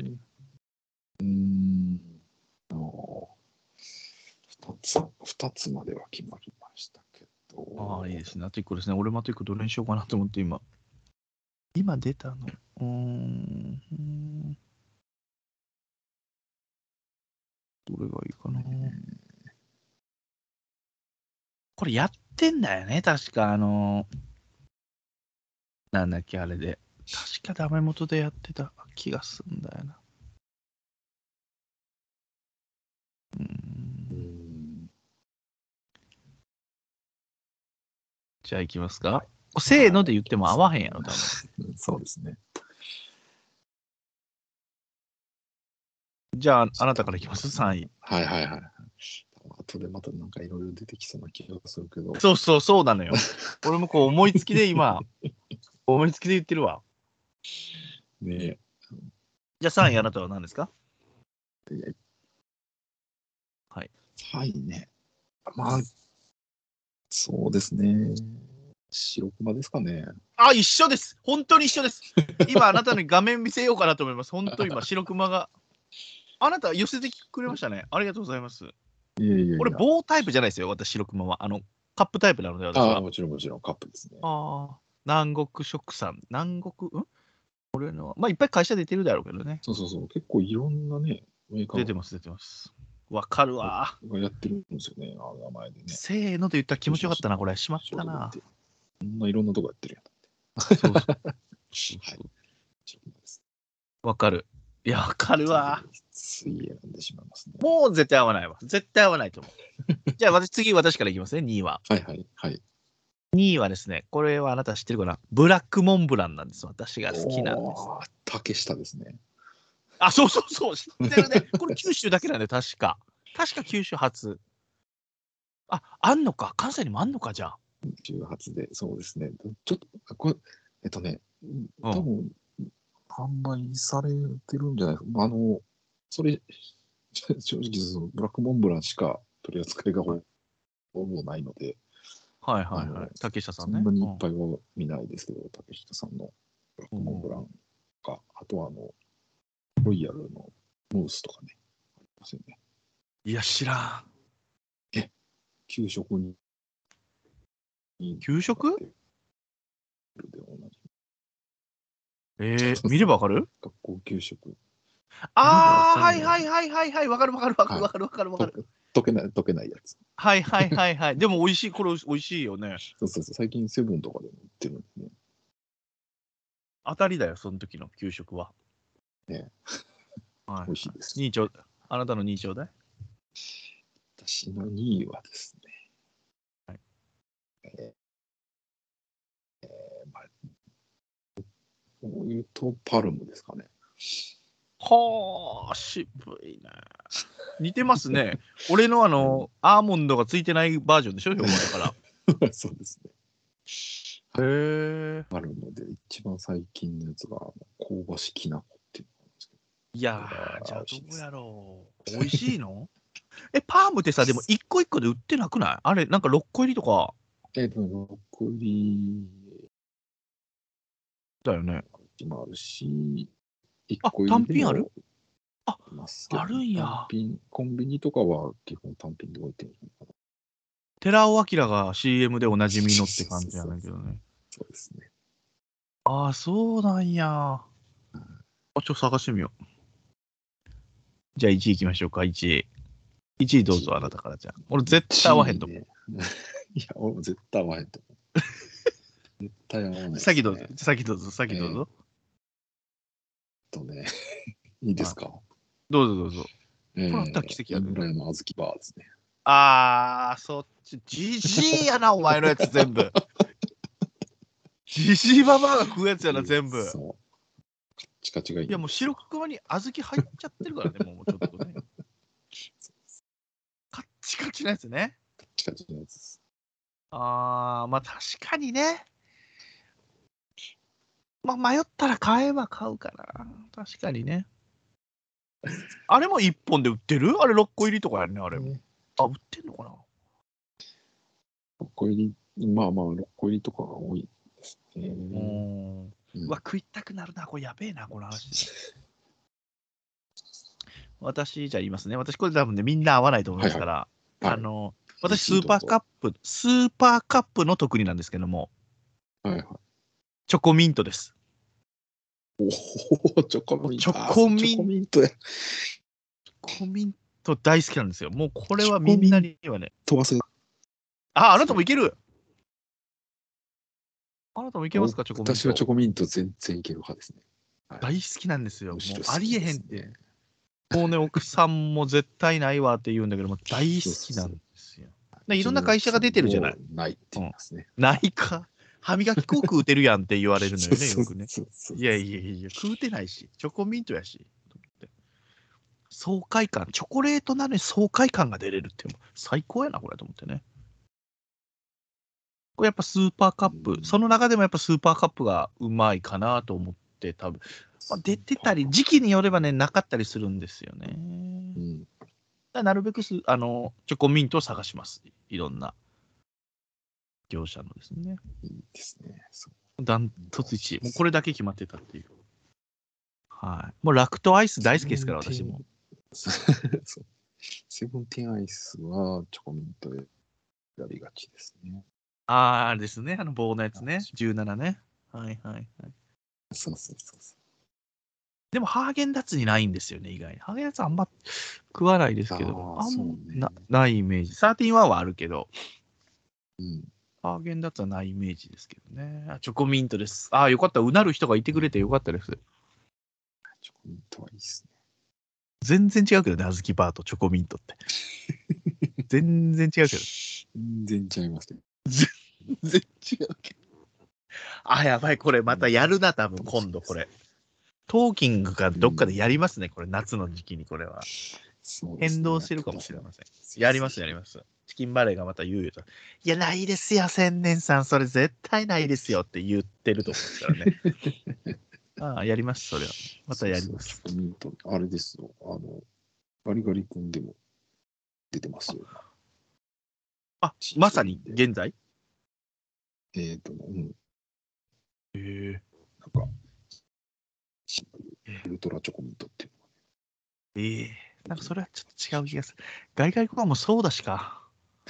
2つまでは決まりましたけど。 いいですね。あと1個ですね。俺もあと1個どれにしようかなと思って今出たの。どれがいいかな。これやってんだよね、確かなんだっけ、あれで。確かダメ元でやってた気がするんだよな。じゃあ行きますか。せーので言っても合わへんやろ、多分。 そうですね。 じゃあ、あなたからいきます ?3 位。 はいはいはい。 後でまたなんかいろいろ出てきそうな気がするけど。 そうそうそうなのよ。俺もこう思いつきで今、思いつきで言ってるわ。 ねじゃあ3位あなたは何ですか？はい。 はいね。まあ、そうですね。白熊ですかね。 あ、一緒です。本当に一緒です。今あなたに画面見せようかなと思います。本当今白熊が。あなた寄せてくれましたね。ありがとうございます。 いやいやいや。 俺棒タイプじゃないですよ。私白熊は。カップタイプなので私は。 もちろんもちろんカップですね。 ああ。南国食産。南国俺の。まあいっぱい会社出てるだろうけどね。 そうそうそう。結構いろんなね、メーカー出てます出てます。わかるわ。 がやってるんですよね。あの名前でね。 せーのと言ったら気持ちよかったな、これ。しまったな。 そんないろんなとこやってるそうそう。 はい。 わかる。いや、わかるわ。 つい選んでしまいますね。 もう絶対合わないわ。絶対合わないと思う。じゃあ次私からいきますね、2位は。 はいはいはい。 2位はですね、これはあなた知ってるかな？ブラックモンブランなんです。私が好きなんです。 竹下ですね。 あ、そうそうそう、知ってるね。これ九州だけなんで、確か。確か九州初。あ、あんのか。関西にもあんのか、じゃあ。 九州初で、そうですね。ちょっと、これ、多分、販売されてるんじゃないですか。それ、正直その、ブラックモンブランしか取り扱いがほぼないので、 はいはいはい。竹下さんね。 そんなにいっぱいは見ないですけど、竹下さんのブラックモンブランか、あとはロイヤルのムースとかね、ありますよね。 いや、知らん。 給食に。 給食で同じ見ればわかる？ 学校給食。 ああ、はいはいはいはいはい。わかるわかるわかるわかるわかるわかる。 溶けないやつ。 はいはいはいはい。でも美味しい、これ美味しいよね。 そうそうそう。最近セブンとかでも売ってるんですね。 当たりだよ、その時の給食は。 ね、 はい、 美味しいです。 あなたの2位ちょうだい。 私の2位はですね。 はい。 こういうとパルムですかね。 はあ、渋いね。似てますね。俺のアーモンドがついてないバージョンでしょ、評判だから。そうですね。 へえ。 パルムで一番最近のやつが香ばしきな粉っていうのがあるんですけど。 いやー、じゃあどうやろう。美味しいの？パームってさ、でも1個1個で売ってなくない？あれ、なんか6個入りとか。 6個入りだよね。 もあるし、1個入り単品ある？ あますけど、 あるんや。 コンビニとかは基本単品で置いてるのかな。 寺尾明が CM でおなじみのって感じやねんけどね。 そうですね。 ああ、そうなんや。探してみよう。じゃあ1位いきましょうか、1位。1位どうぞ、あなたからじゃあ。俺絶対合わへんと思う。 いや、俺も絶対合わへんと思う。絶対合わない、ね。 先どうぞ、先どうぞ、先どうぞ。 いいですか？ どうぞどうぞ。これあったら奇跡やで。 村山あずきバーですね。 あー、そっち、じじいやな、お前のやつ全部。じじいばばあが食うやつやな、全部。 そう。カッチカチがいい。 いや、もう白熊に小豆入っちゃってるからね、もうちょっとね。カッチカチなやつね。 カッチカチのやつです。 まあ確かにね。まあ迷ったら買えば買うかな。確かにね。あれも1本で売ってる？あれ6個入りとかやんね、あれも。あ、売ってんのかな ？6個入り、まあ6個入りとかが多いですね。 うわ、食いたくなるな。これやべえな、この話。私、じゃあ言いますね。私、これ多分ね、みんな合わないと思いますから、私、スーパーカップの特になんですけども、 はいはい。 チョコミントです。 おお、チョコミント。 チョコミントや。 チョコミント大好きなんですよ。もうこれはみんなにはね。あなたもいける。あなたもいけますか、チョコミント。 私はチョコミント全然いける派ですね。 大好きなんですよ。もうありえへんって。もうね、奥さんも絶対ないわって言うんだけども、大好きなんですよ。いろんな会社が出てるじゃない。 ないって言いますね。 ないか。歯磨き粉食うてるやんって言われるのよね、よくね。 そういやいやいや、食うてないし、チョコミントやし。 爽快感、チョコレートなのに爽快感が出れるっていうの最高やな、これと思ってね。これやっぱスーパーカップ、その中でもやっぱスーパーカップがうまいかなと思って、多分、まあ、出てたり、時期によればね、なかったりするんですよね。だからなるべくチョコミントを探します。いろんな業者のですね。 いいですね。 ダントツ1位。もうこれだけ決まってたっていう。はい。もうラクトアイス大好きですから、私も。 そうセブンティーンアイスはチョコミントで選びがちですね。 あれですね。棒のやつね。17ね。はいはいはい。 そう。 でもハーゲンダッツにないんですよね、意外に。ハーゲンダッツあんま食わないですけど、ないイメージ。13はあるけど、ハーゲンダッツはないイメージですけどね。チョコミントです。よかった。うなる人がいてくれてよかったです。 チョコミントはいいですね。 全然違うけどね、あずきバーとチョコミントって。全然違うけど。 全然違いますね。 全然違うけど。やばい、これまたやるな、多分今度これ。トーキングかどっかでやりますね、これ、夏の時期にこれは。変動してるかもしれません。やります。チキンバレーがまた言うよと。いや、ないですよ、千年さん。それ絶対ないですよって言ってると思うんですからね。やります、それは。またやります。 チョコミント、あれですよ。ガリガリ君でも出てますよ。 まさに現在なんか、ウルトラチョコミントっていうのなんかそれはちょっと違う気がする。ガリガリ君はもうそうだしか。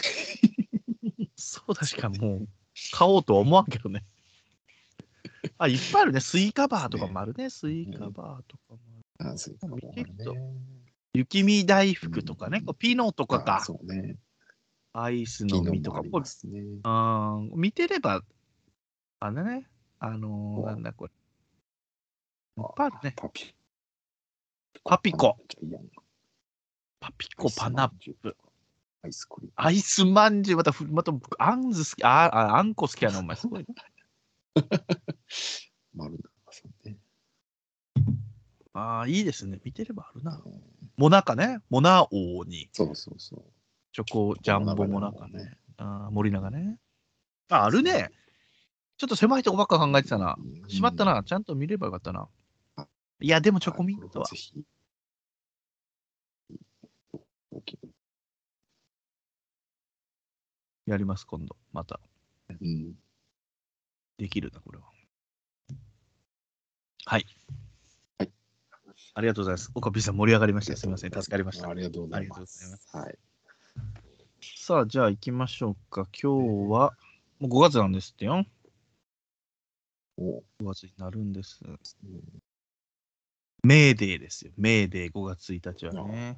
そうだしかもう買おうとは思わんけどね。いっぱいあるね。スイカバーとかもあるね。スイカバーとかもある。 スイカバーね。 雪見大福とかね。ピノとかか。 そうね。 アイスの実とか。見てれば、ね。なんだこれ。いっぱいあるね。パピコ。パピコ、パナップ。 アイスクリーム。 アイスまんじゅう、また、あんず好き、あんこ好きやな、お前、すごい。 丸永さんね。 いいですね。見てればあるな。モナカね。モナ王に。 そう。 チョコ、ジャンボモナカね。森永ね。あるね。ちょっと狭いとこばっか考えてたな。しまったな。ちゃんと見ればよかったな。いや、でもチョコミントは。やります、今度。また。できるな、これは。はい。ありがとうございます。オカピーさん盛り上がりました。すみません。助かりました。 ありがとうございます。はい。 さあ、じゃあ行きましょうか。今日は、もう5月なんですってよ。5月になるんです。メーデーですよ。メーデー5月1日はね。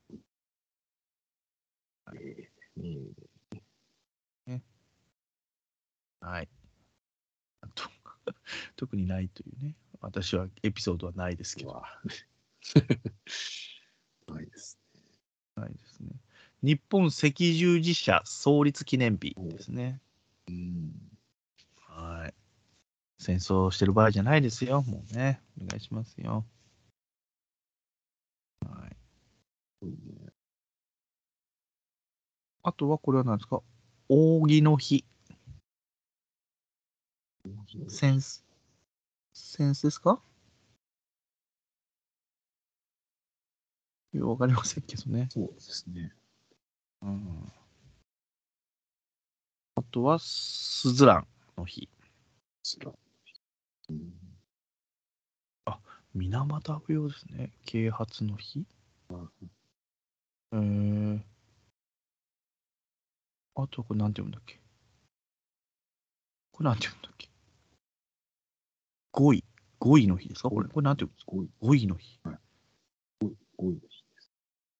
はい。特にないというね。私はエピソードはないですけど。 ないですね。 ないですね。日本赤十字社創立記念日ですね。はい。戦争してる場合じゃないですよ。もうね。お願いしますよ。はい。あとはこれは何ですか？扇の日。センスですか？わかりませんけどね。 そうですね。 あとは、スズランの日。水俣病ですね。啓発の日。あと、これなんて読むんだっけ？これなんて読むんだっけ？5位の日ですか？これなんて読むんですか？5位の日。5位の日です。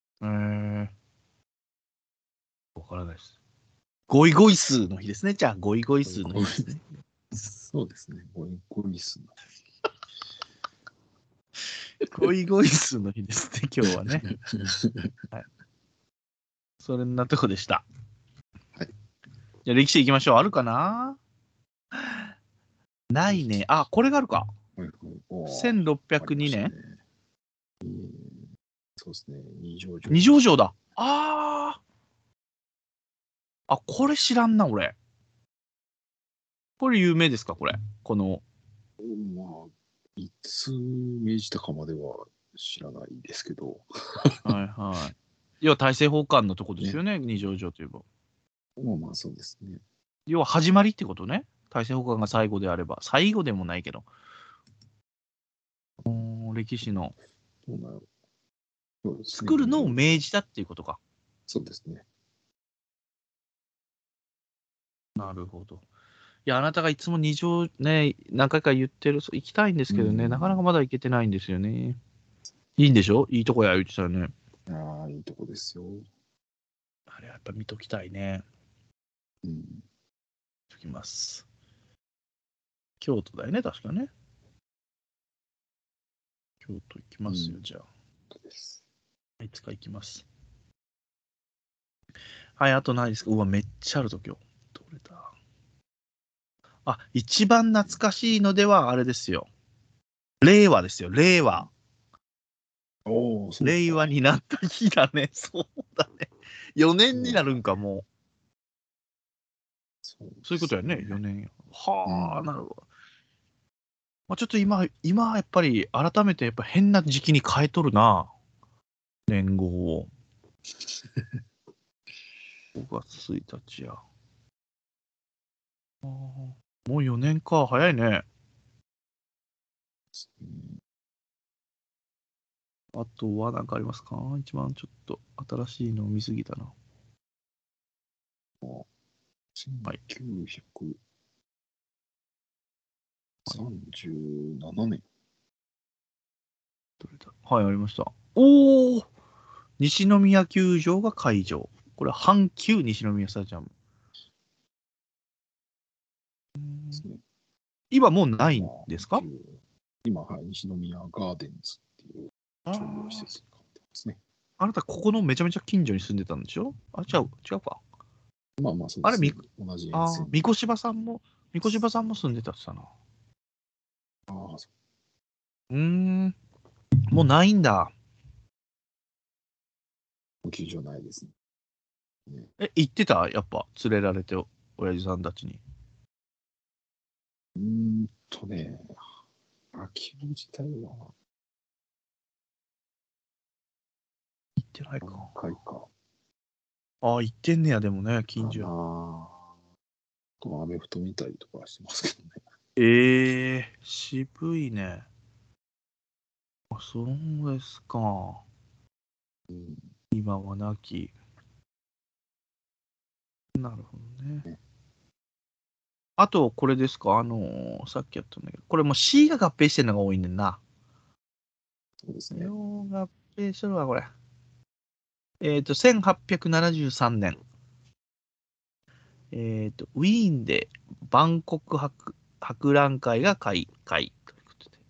わからないです。ゴイゴイスーの日ですね。じゃあ、ゴイゴイスーの日ですね。 そうですね。ゴイゴイスーの日。ゴイゴイスーの日ですね、今日はね。はい。そんなとこでした。はい。じゃあ、歴史いきましょう。あるかな？ないね。これがあるか。1602年。 そうですね。二条城。 二条城だ。ああ、これ知らんな、俺。これ有名ですか、これ。この。 まあ、いつ命じたかまでは知らないですけど。 はいはい。要は大政奉還のとこですよね、二条城といえば。 まあまあ、そうですね。 要は始まりってことね。大政奉還が最後であれば。最後でもないけど。歴史の。 そうなの。そうですね。 作るのを二条城命じたっていうことか。 そうですね。 なるほど。いや、あなたがいつも二条ね、何回か言ってる、そう行きたいんですけどね、なかなかまだ行けてないんですよね。いいんでしょ、いいとこや言ってたよね。 ああ、いいとこですよ。 あれやっぱ見ときたいね。 うん。 見ときます。京都だよね、確かね。京都行きますよ、 うんじゃあ。 そうです。 いつか行きます。はい、あとないですか。うわ、めっちゃあると今日。どれだ。あ、一番懐かしいのではあれですよ。令和ですよ、令和。 おお、そうか。 令和になった日だね。そうだね。4年になるんか、もう。 そうそういうことやね、 です 4年。はあ、 うんなるほど。まあ、ちょっと今やっぱり改めてやっぱ変な時期に変えとるな、年号を。5月1日や。もう4年か、早いね。 うんあとは何かありますか？一番ちょっと新しいのを見すぎたな。はい。 1937年。 どれだ。はい、ありました。おお、西宮球場が会場。これは阪急西宮スタジアム。 ですね。 今もうないんですか？ 今、はい、西宮ガーデンズっていうあ商業施ー、 設に変わってますね。 あなたここのめちゃめちゃ近所に住んでたんでしょ？あ、違うか。 まあまあ、そうあれ、 ですね。同じ沿線三越柴さんも住んでたってさな。 ああ、そうーん、もうないんだ。 う球場ないですね。 行ってたやっぱ、連れられて、親父さんたちに。 ね、秋葉自体は行ってないか。 何回かああ、行ってんねや、でもね、近かな。 所。 アメフト見たりとかしてますけどね。 渋いね。あ、そうですか。 うん今はなき。なるほどね。 ねあと、これですか、さっきやったんだけど、これもう C が合併してるのが多いねんな。 そうですね。 よう合併してるわ、これ。1873年。ウィーンで万国博覧会が開会ということで。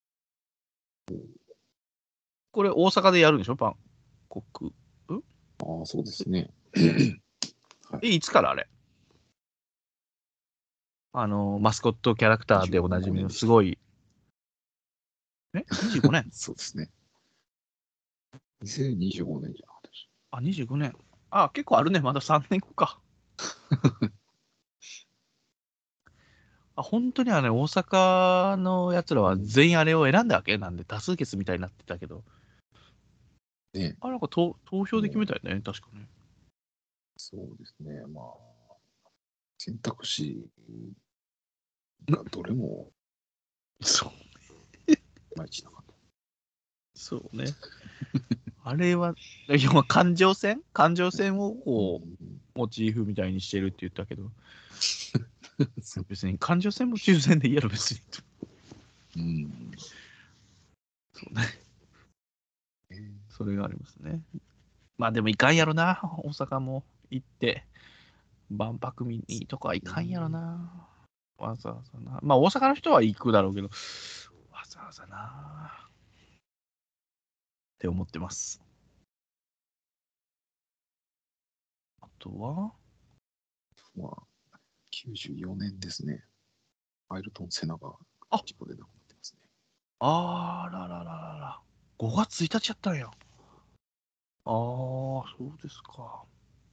これ大阪でやるんでしょ、万国。 ああ、そうですね。 いつからあれ？マスコットキャラクターでおなじみのすごい。25年そうですね。2025年じゃなかったでしあ、25年。あ、結構あるね。まだ3年後か。本当にはね、大阪のやつらは全員あれを選んだわけなんで、多数決みたいになってたけど。 ね。 なんか投票で決めたよね、確かね。 そうですね。まあ、選択肢がどれもそう。 いまいちなかった。 そうね。あれは、要は感情線をこう、モチーフみたいにしてるって言ったけど、別に感情線も抽選でいいやろ、別に。そうね。それがありますね。まあでもいかんやろな、大阪も行って、万博見にとかはいかんやろな。わざわざな。まあ大阪の人は行くだろうけど、わざわざな。って思ってます。あとはまあ、94年ですね。アイルトン・セナがあ事故で亡くなってますね。 あららららら。5月1日やったんや。 ああ、そうですか。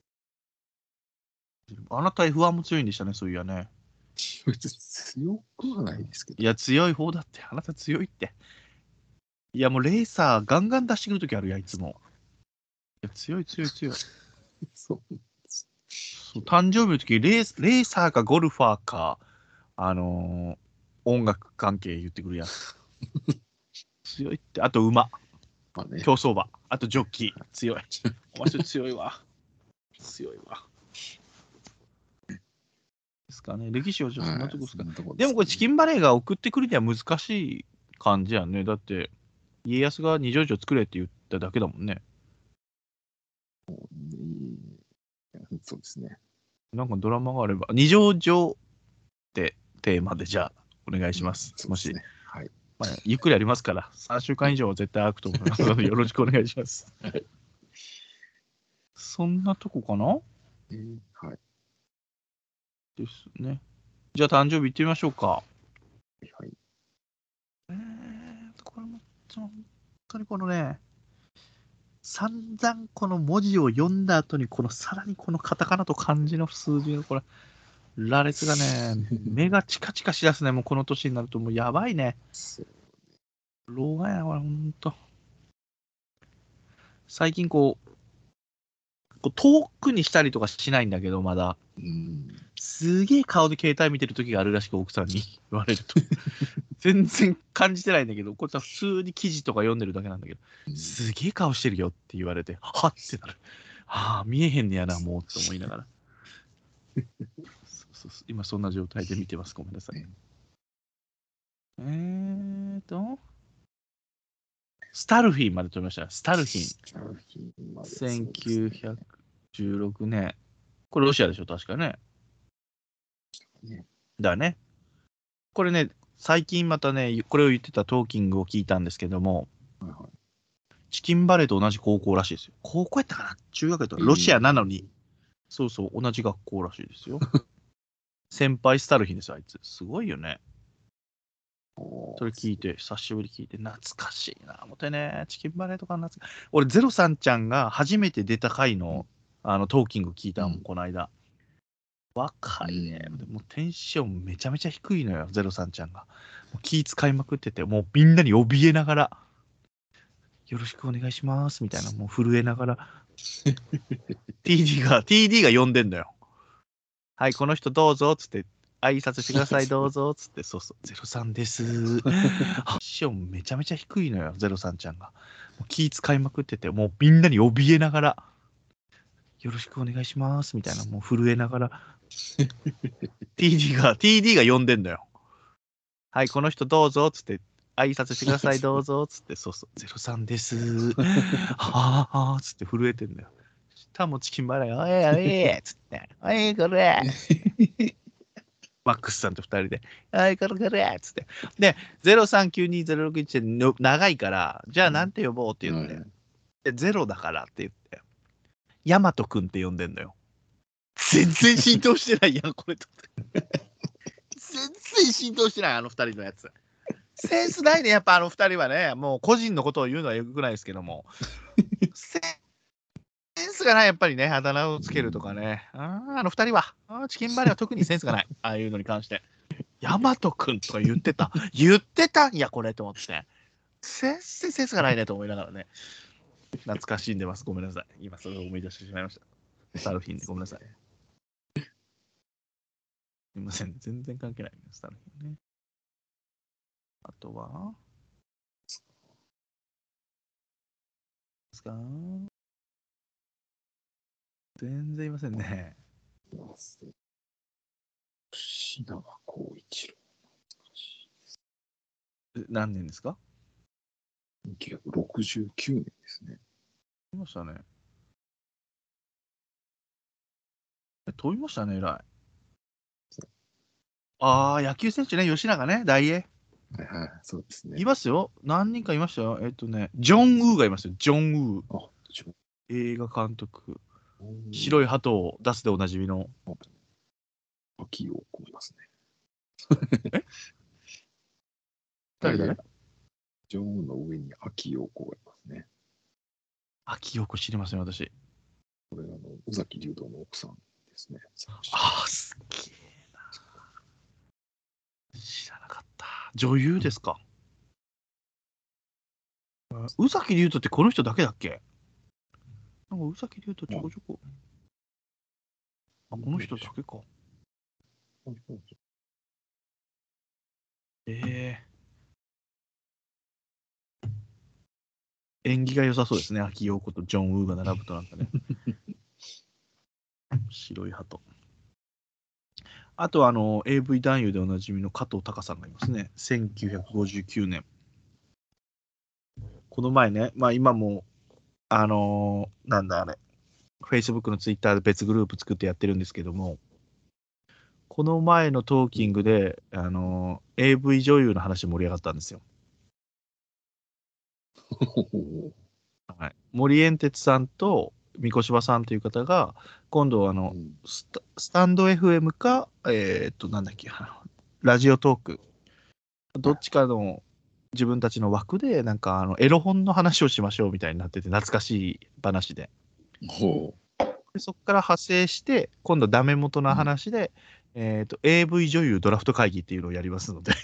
あなた F1 も強いんでしたね、そういやね。 別に強くはないですけど。 いや、強い方だって。あなた強いって。いや、もうレーサーガンガン出してくるときあるや、いつも。いや、強い強い強い。 そうそう誕生日の時レーサーかゴルファーか、あのー音楽関係言ってくるやん。強いって。あと馬、 まあね。 競走馬、あとジョッキー、強い。お前それ強いわ。強いわ。ですかね。歴史はじゃあそんなとこですか。でもこれチキンバレーが送ってくるには難しい感じやんね。だって家康が二条城作れって言っただけだもんね。 そうですね。 なんかドラマがあれば、二条城ってテーマでじゃあお願いします。 そうもし、 ですね。はい。 まあ、ゆっくりありますから、3週間以上は絶対空くと思いますので、よろしくお願いします。 はい。 そんなとこかなはい。 ですね。じゃあ誕生日行ってみましょうか。 はい。 これも、本当にこのね、散々この文字を読んだ後に、このさらにこのカタカナと漢字の数字のこれ、羅列がね、目がチカチカしだすね、もうこの年になるともうやばいね。老眼や、これ、ほんと。最近こう遠くにしたりとかしないんだけど、まだ。すげえ顔で携帯見てる時があるらしく、奥さんに言われると。全然感じてないんだけど、こいつは普通に記事とか読んでるだけなんだけど、すげえ顔してるよって言われて、はっってなる。ああ、見えへんねやな、もうって思いながら。そう今そんな状態で見てます。ごめんなさい。スタルフィンまで撮りました。スタルフィン。1916年。これロシアでしょ、確かね。だね。これね、最近またね、これを言ってたトーキングを聞いたんですけども、チキンバレーと同じ高校らしいですよ。高校やったかな中学やったかなロシアなのに。そうそう、同じ学校らしいですよ。先輩スタルヒンですよ、あいつ。すごいよね。それ聞いて、久しぶり聞いて、懐かしいな。思ってね、チキンバレーとか懐かしい。俺、ゼロさんちゃんが初めて出た回の、トーキング聞いたもん、この間。若いね。もうテンションめちゃめちゃ低いのよ、ゼロさんちゃんが。もう気使いまくってて、もうみんなに怯えながら、よろしくお願いしますみたいな、もう震えながら、TD が呼んでんのよ。はい、この人どうぞっつって、挨拶してください、どうぞっつって、そうそう、ゼロさんです。シオンめちゃめちゃ低いのよ、ゼロさんちゃんが。もう気使いまくってて、もうみんなに怯えながら、よろしくお願いしますみたいな、もう震えながら、TD が呼んでんのよ。はい、この人どうぞっつって、挨拶してください、どうぞっつって、そうそう、ゼロさんです。はあっつって震えてんだよ。下もチキンバラよ、おいおいっつって、おいこれ。マックスさんと2人で、はい、これっつって。で、039206って長いから、じゃあなんて呼ぼうって言って、でゼロだからって言って、ヤマトくんって呼んでんのよ。全然浸透してないやん、これと。全然浸透してない、あの2人のやつ。センスないね、やっぱあの2人はね。もう個人のことを言うのはよくないですけども。センスがない、やっぱりね、あだ名をつけるとかね。あの2人は、チキンバレーは特にセンスがない。ああいうのに関して。ヤマトくんとか言ってた。言ってたんや、これと思って。全然センスがないねと思いながらね。懐かしんでます。ごめんなさい。今それを思い出してしまいました。スタルフィンでごめんなさい。すみません。全然関係ない、スタルフィンね。あとはですか全然いませんね。 品川光一郎。 何年ですか 1969年ですね。 飛びましたね。飛びましたね、偉い。ああ、野球選手ね、吉永ね、大英。 はいはい、そうですね。 いますよ。何人かいましたよ。ジョン・ウーがいますよ。ジョン・ウー。映画監督。白い鳩を出すでおなじみの。 秋陽子いますね。 え誰ジョンの上に秋陽子がいますね。 秋陽子知りません、私。 これ、宇崎竜童の奥さんですね。 ああ、すっげえな。知らなかった。女優ですか。宇崎竜斗ってこの人だけだっけ？なんか宇崎竜斗ちょこちょこ。あ、この人だけか。縁起が良さそうですね。秋陽子とジョン・ウーが並ぶとなんかね。白い鳩。あとはAV 男優でおなじみの加藤隆さんがいますね。1959年。この前ね、まあ今も、なんだあれ、Facebook の Twitter で別グループ作ってやってるんですけども、この前のトーキングで、AV 女優の話盛り上がったんですよ。はい、森エンテツさんと三越柴さんという方が、今度スタンド FM か、なんだっけ、ラジオトーク、どっちかの自分たちの枠で、なんかエロ本の話をしましょうみたいになってて、懐かしい話で。でそこから派生して、今度ダメ元の話で、AV 女優ドラフト会議っていうのをやりますので、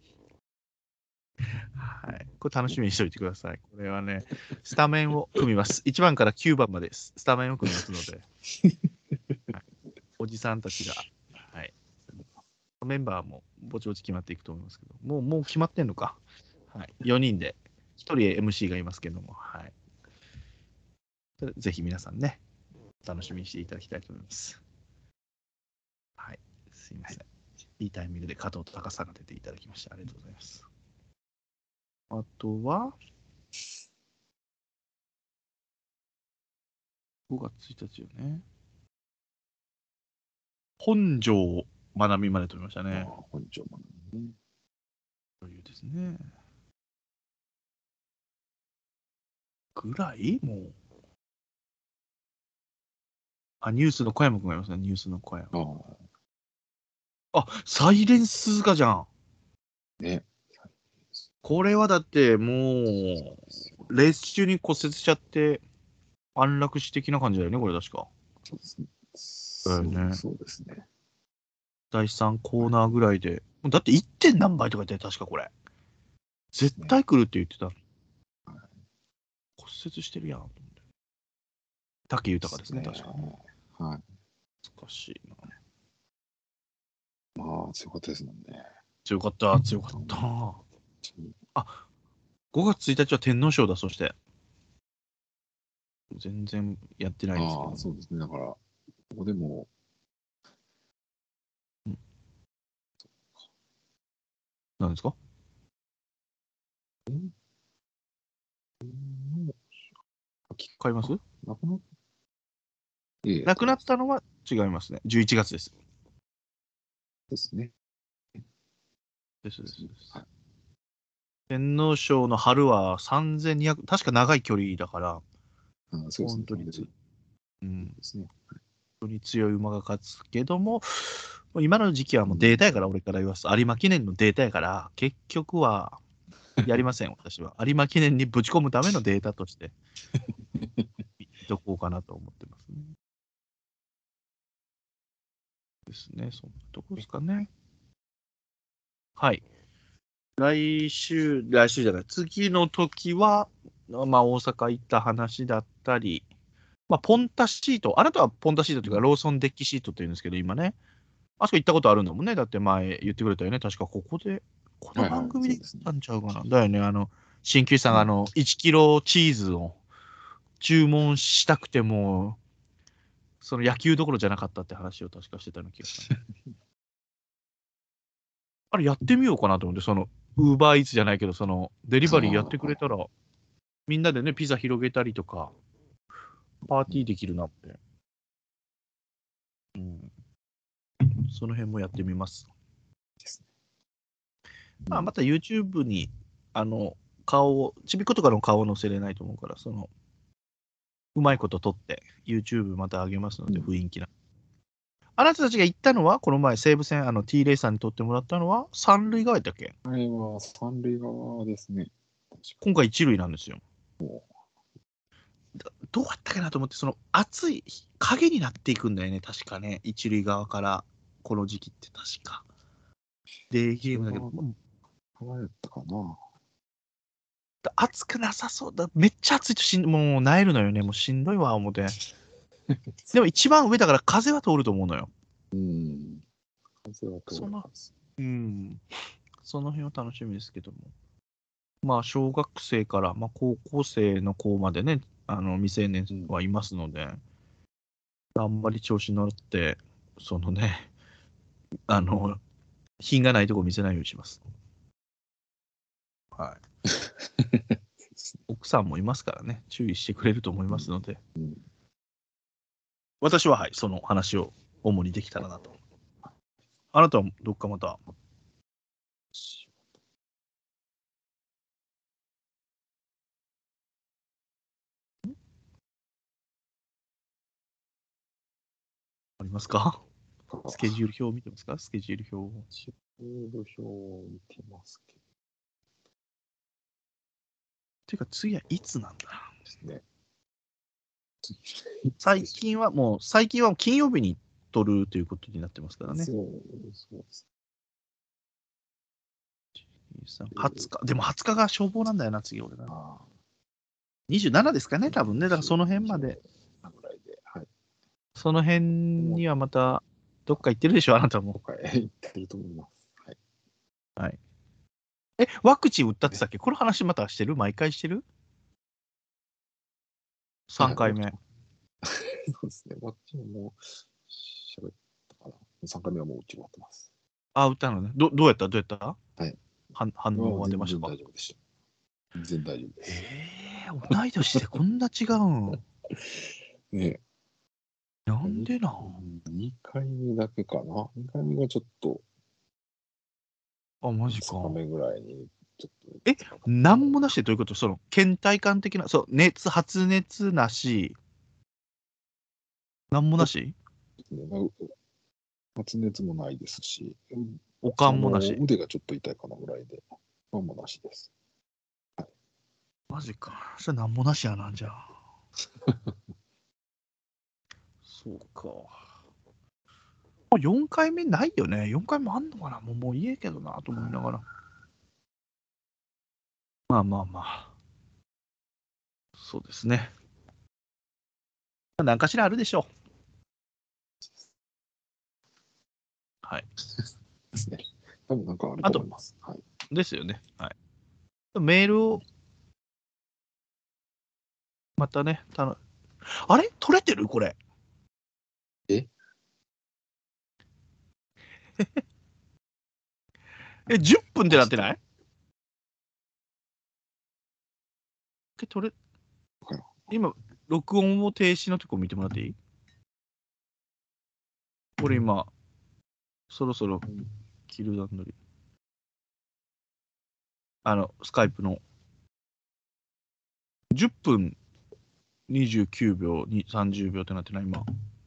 はい、これ楽しみにしておいてください。これはね、スタメンを組みます。1番から9番までスタメンを組みますので、はい、おじさんたちが、はい、メンバーもぼちぼち決まっていくと思いますけど、もう決まってんのか。はい、4人で、1人 MC がいますけども、はい、ぜひ皆さんね、楽しみにしていただきたいと思います。はい、すいません。いいタイミングで加藤と高さが出ていただきました。ありがとうございます。あとは、5月1日よね。本庄まなみまで飛びましたね。 本庄まなみね。 というですね。ぐらいもう。あ、ニュースの小山くんがいますね。ニュースの小山。あ、サイレンスズカじゃん。 ね。 これはだってもう、レース中に骨折しちゃって、安楽死的な感じだよね、これ確か。 そうですね。そうですね。 第3コーナーぐらいで。だって 1. 点何倍とか言って確かこれ。絶対来るって言ってた。骨折してるやん。武豊ですね、確かに。 はい。 難しいな。 まあ、強かったですもんね。 強かった。あ、5月1日は天皇賞だ、そして。全然やってないんですけど。 そうですね。だから、ここでも、 何ですか？買います？なくなったのは違いますね。11月です。 ですね。 です。天皇賞の春は3200、確か長い距離だから、本当に強い馬が勝つけども、今の時期はもうデータやから、俺から言わす。有馬記念のデータやから、結局はやりません、私は。有馬記念にぶち込むためのデータとして、見とこうかなと思ってますね。ですね、そんなとこですかね。はい。来週じゃない、次の時は、まあ、大阪行った話だったり、まあ、ポンタシート、あなたはポンタシートというか、ローソンデッキシートっていうんですけど、今ね、あそこ行ったことあるんだもんね。だって前言ってくれたよね。確かここで、この番組で行ったんちゃうかな。だよね、鍼灸師さんが1キロチーズを注文したくても、その野球どころじゃなかったって話を確かしてたような気がした、ね。あれやってみようかなと思って、ウーバーイーツじゃないけど、デリバリーやってくれたら、みんなでね、ピザ広げたりとか、パーティーできるなって。その辺もやってみます。まあ、また YouTube に、ちびっことかの顔を載せれないと思うから、うまいこと撮って、YouTube また上げますので、雰囲気な。あなたたちが行ったのは、この前、西武戦、T レイさんに撮ってもらったのは、三塁側やったっけ？ あれは三塁側ですね。 今回一塁なんですよ。 どうやったかなと思って、その暑い影になっていくんだよね、確かね、一塁側からこの時期って確か。デーゲームだけど、 離れたかな。 暑くなさそうだ。めっちゃ暑いともうなえるのよね。もうしんどいわ、思って。でも一番上だから風は通ると思うのよ。 風は通るはず。 その辺は楽しみですけども。まあ、小学生から、まあ、高校生の子までね、未成年はいますので、あんまり調子に乗って、そのね、品がないとこ見せないようにします。はい。奥さんもいますからね、注意してくれると思いますので、私は、はい、その話を主にできたらなと。あなたはどっかまた。ありますか？スケジュール表を見てますか？スケジュール表を。 スケジュール表を見てますけど。 ていうか、次はいつなんだですね。 最近は金曜日に撮るということになってますからね。 そうです。 20日。でも20日が消防なんだよな、次俺な。27ですかね、多分ね。だからその辺まで。その辺にはまた、どっか行ってるでしょ、あなたも。 どっか行ってると思います。 はい。ワクチン打ったってさっき、この話またしてる？毎回してる？ 3 回目。 そうですね。ワクチンも喋ったかな。3回目はもう打ち終わってます。 打ったのね。どうやった？ はい。 反応は出ましたか？ 全然大丈夫でした。全然大丈夫です。 同い年でこんな違うんね。 なんでな 2回目だけかな。2回目がちょっと。 マジか。 2日目ぐらいにちょっと。なんもなしでどういうこと？その倦怠感的な、発熱なし、なんもなし？ 発熱もないですし、 おかんもなし。 腕がちょっと痛いかなぐらいで、なんもなしです。はい、 マジか。それなんもなしやな、じゃあ。そうか。もう4回目ないよね。4回目あんのかな。もう言えけどなと思いながら。まあ。そうですね。何かしらあるでしょう。はい。 ですね。多分なんかあると思います。はい。 ですよね。はい。メールを、またね、あれ取れてるこれ。10分ってなってない？今、録音を停止のとこ見てもらっていい？これ今、そろそろ切る段取り。スカイプの10分29秒に30秒ってなってない今。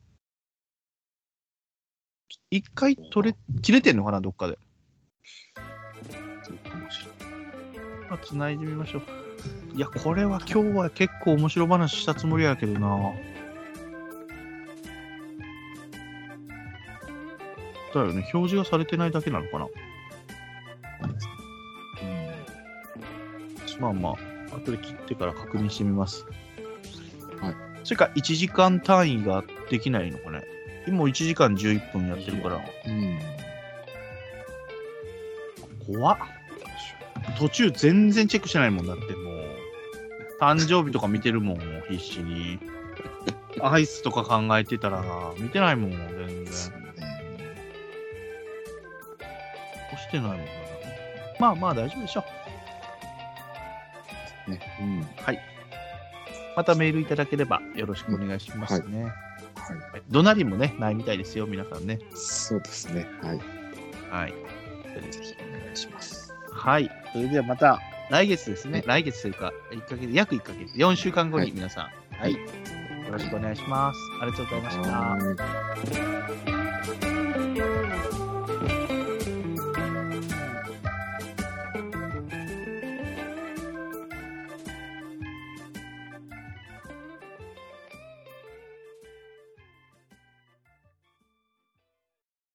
一回切れてんのかなどっかで。繋いでみましょう。いや、これは今日は結構面白話したつもりやけどな。だよね、表示がされてないだけなのかな。まあ、後で切ってから確認してみます。 はい。 それから1時間単位ができないのかね。今1時間11分やってるから。怖っ。途中全然チェックしてないもんだってもう。誕生日とか見てるもん、必死に。アイスとか考えてたら見てないもん、全然。押してないもんな。まあ大丈夫でしょう。はい。またメールいただければよろしくお願いしますね。はい。どなりもね、ないみたいですよ、皆さんね。 そうですね。はい。 はい。 ぜひお願いします。 はい。それではまた来月ですね。来月というか、約1ヶ月、4週間後に皆さん、はい。よろしくお願いします。ありがとうございました。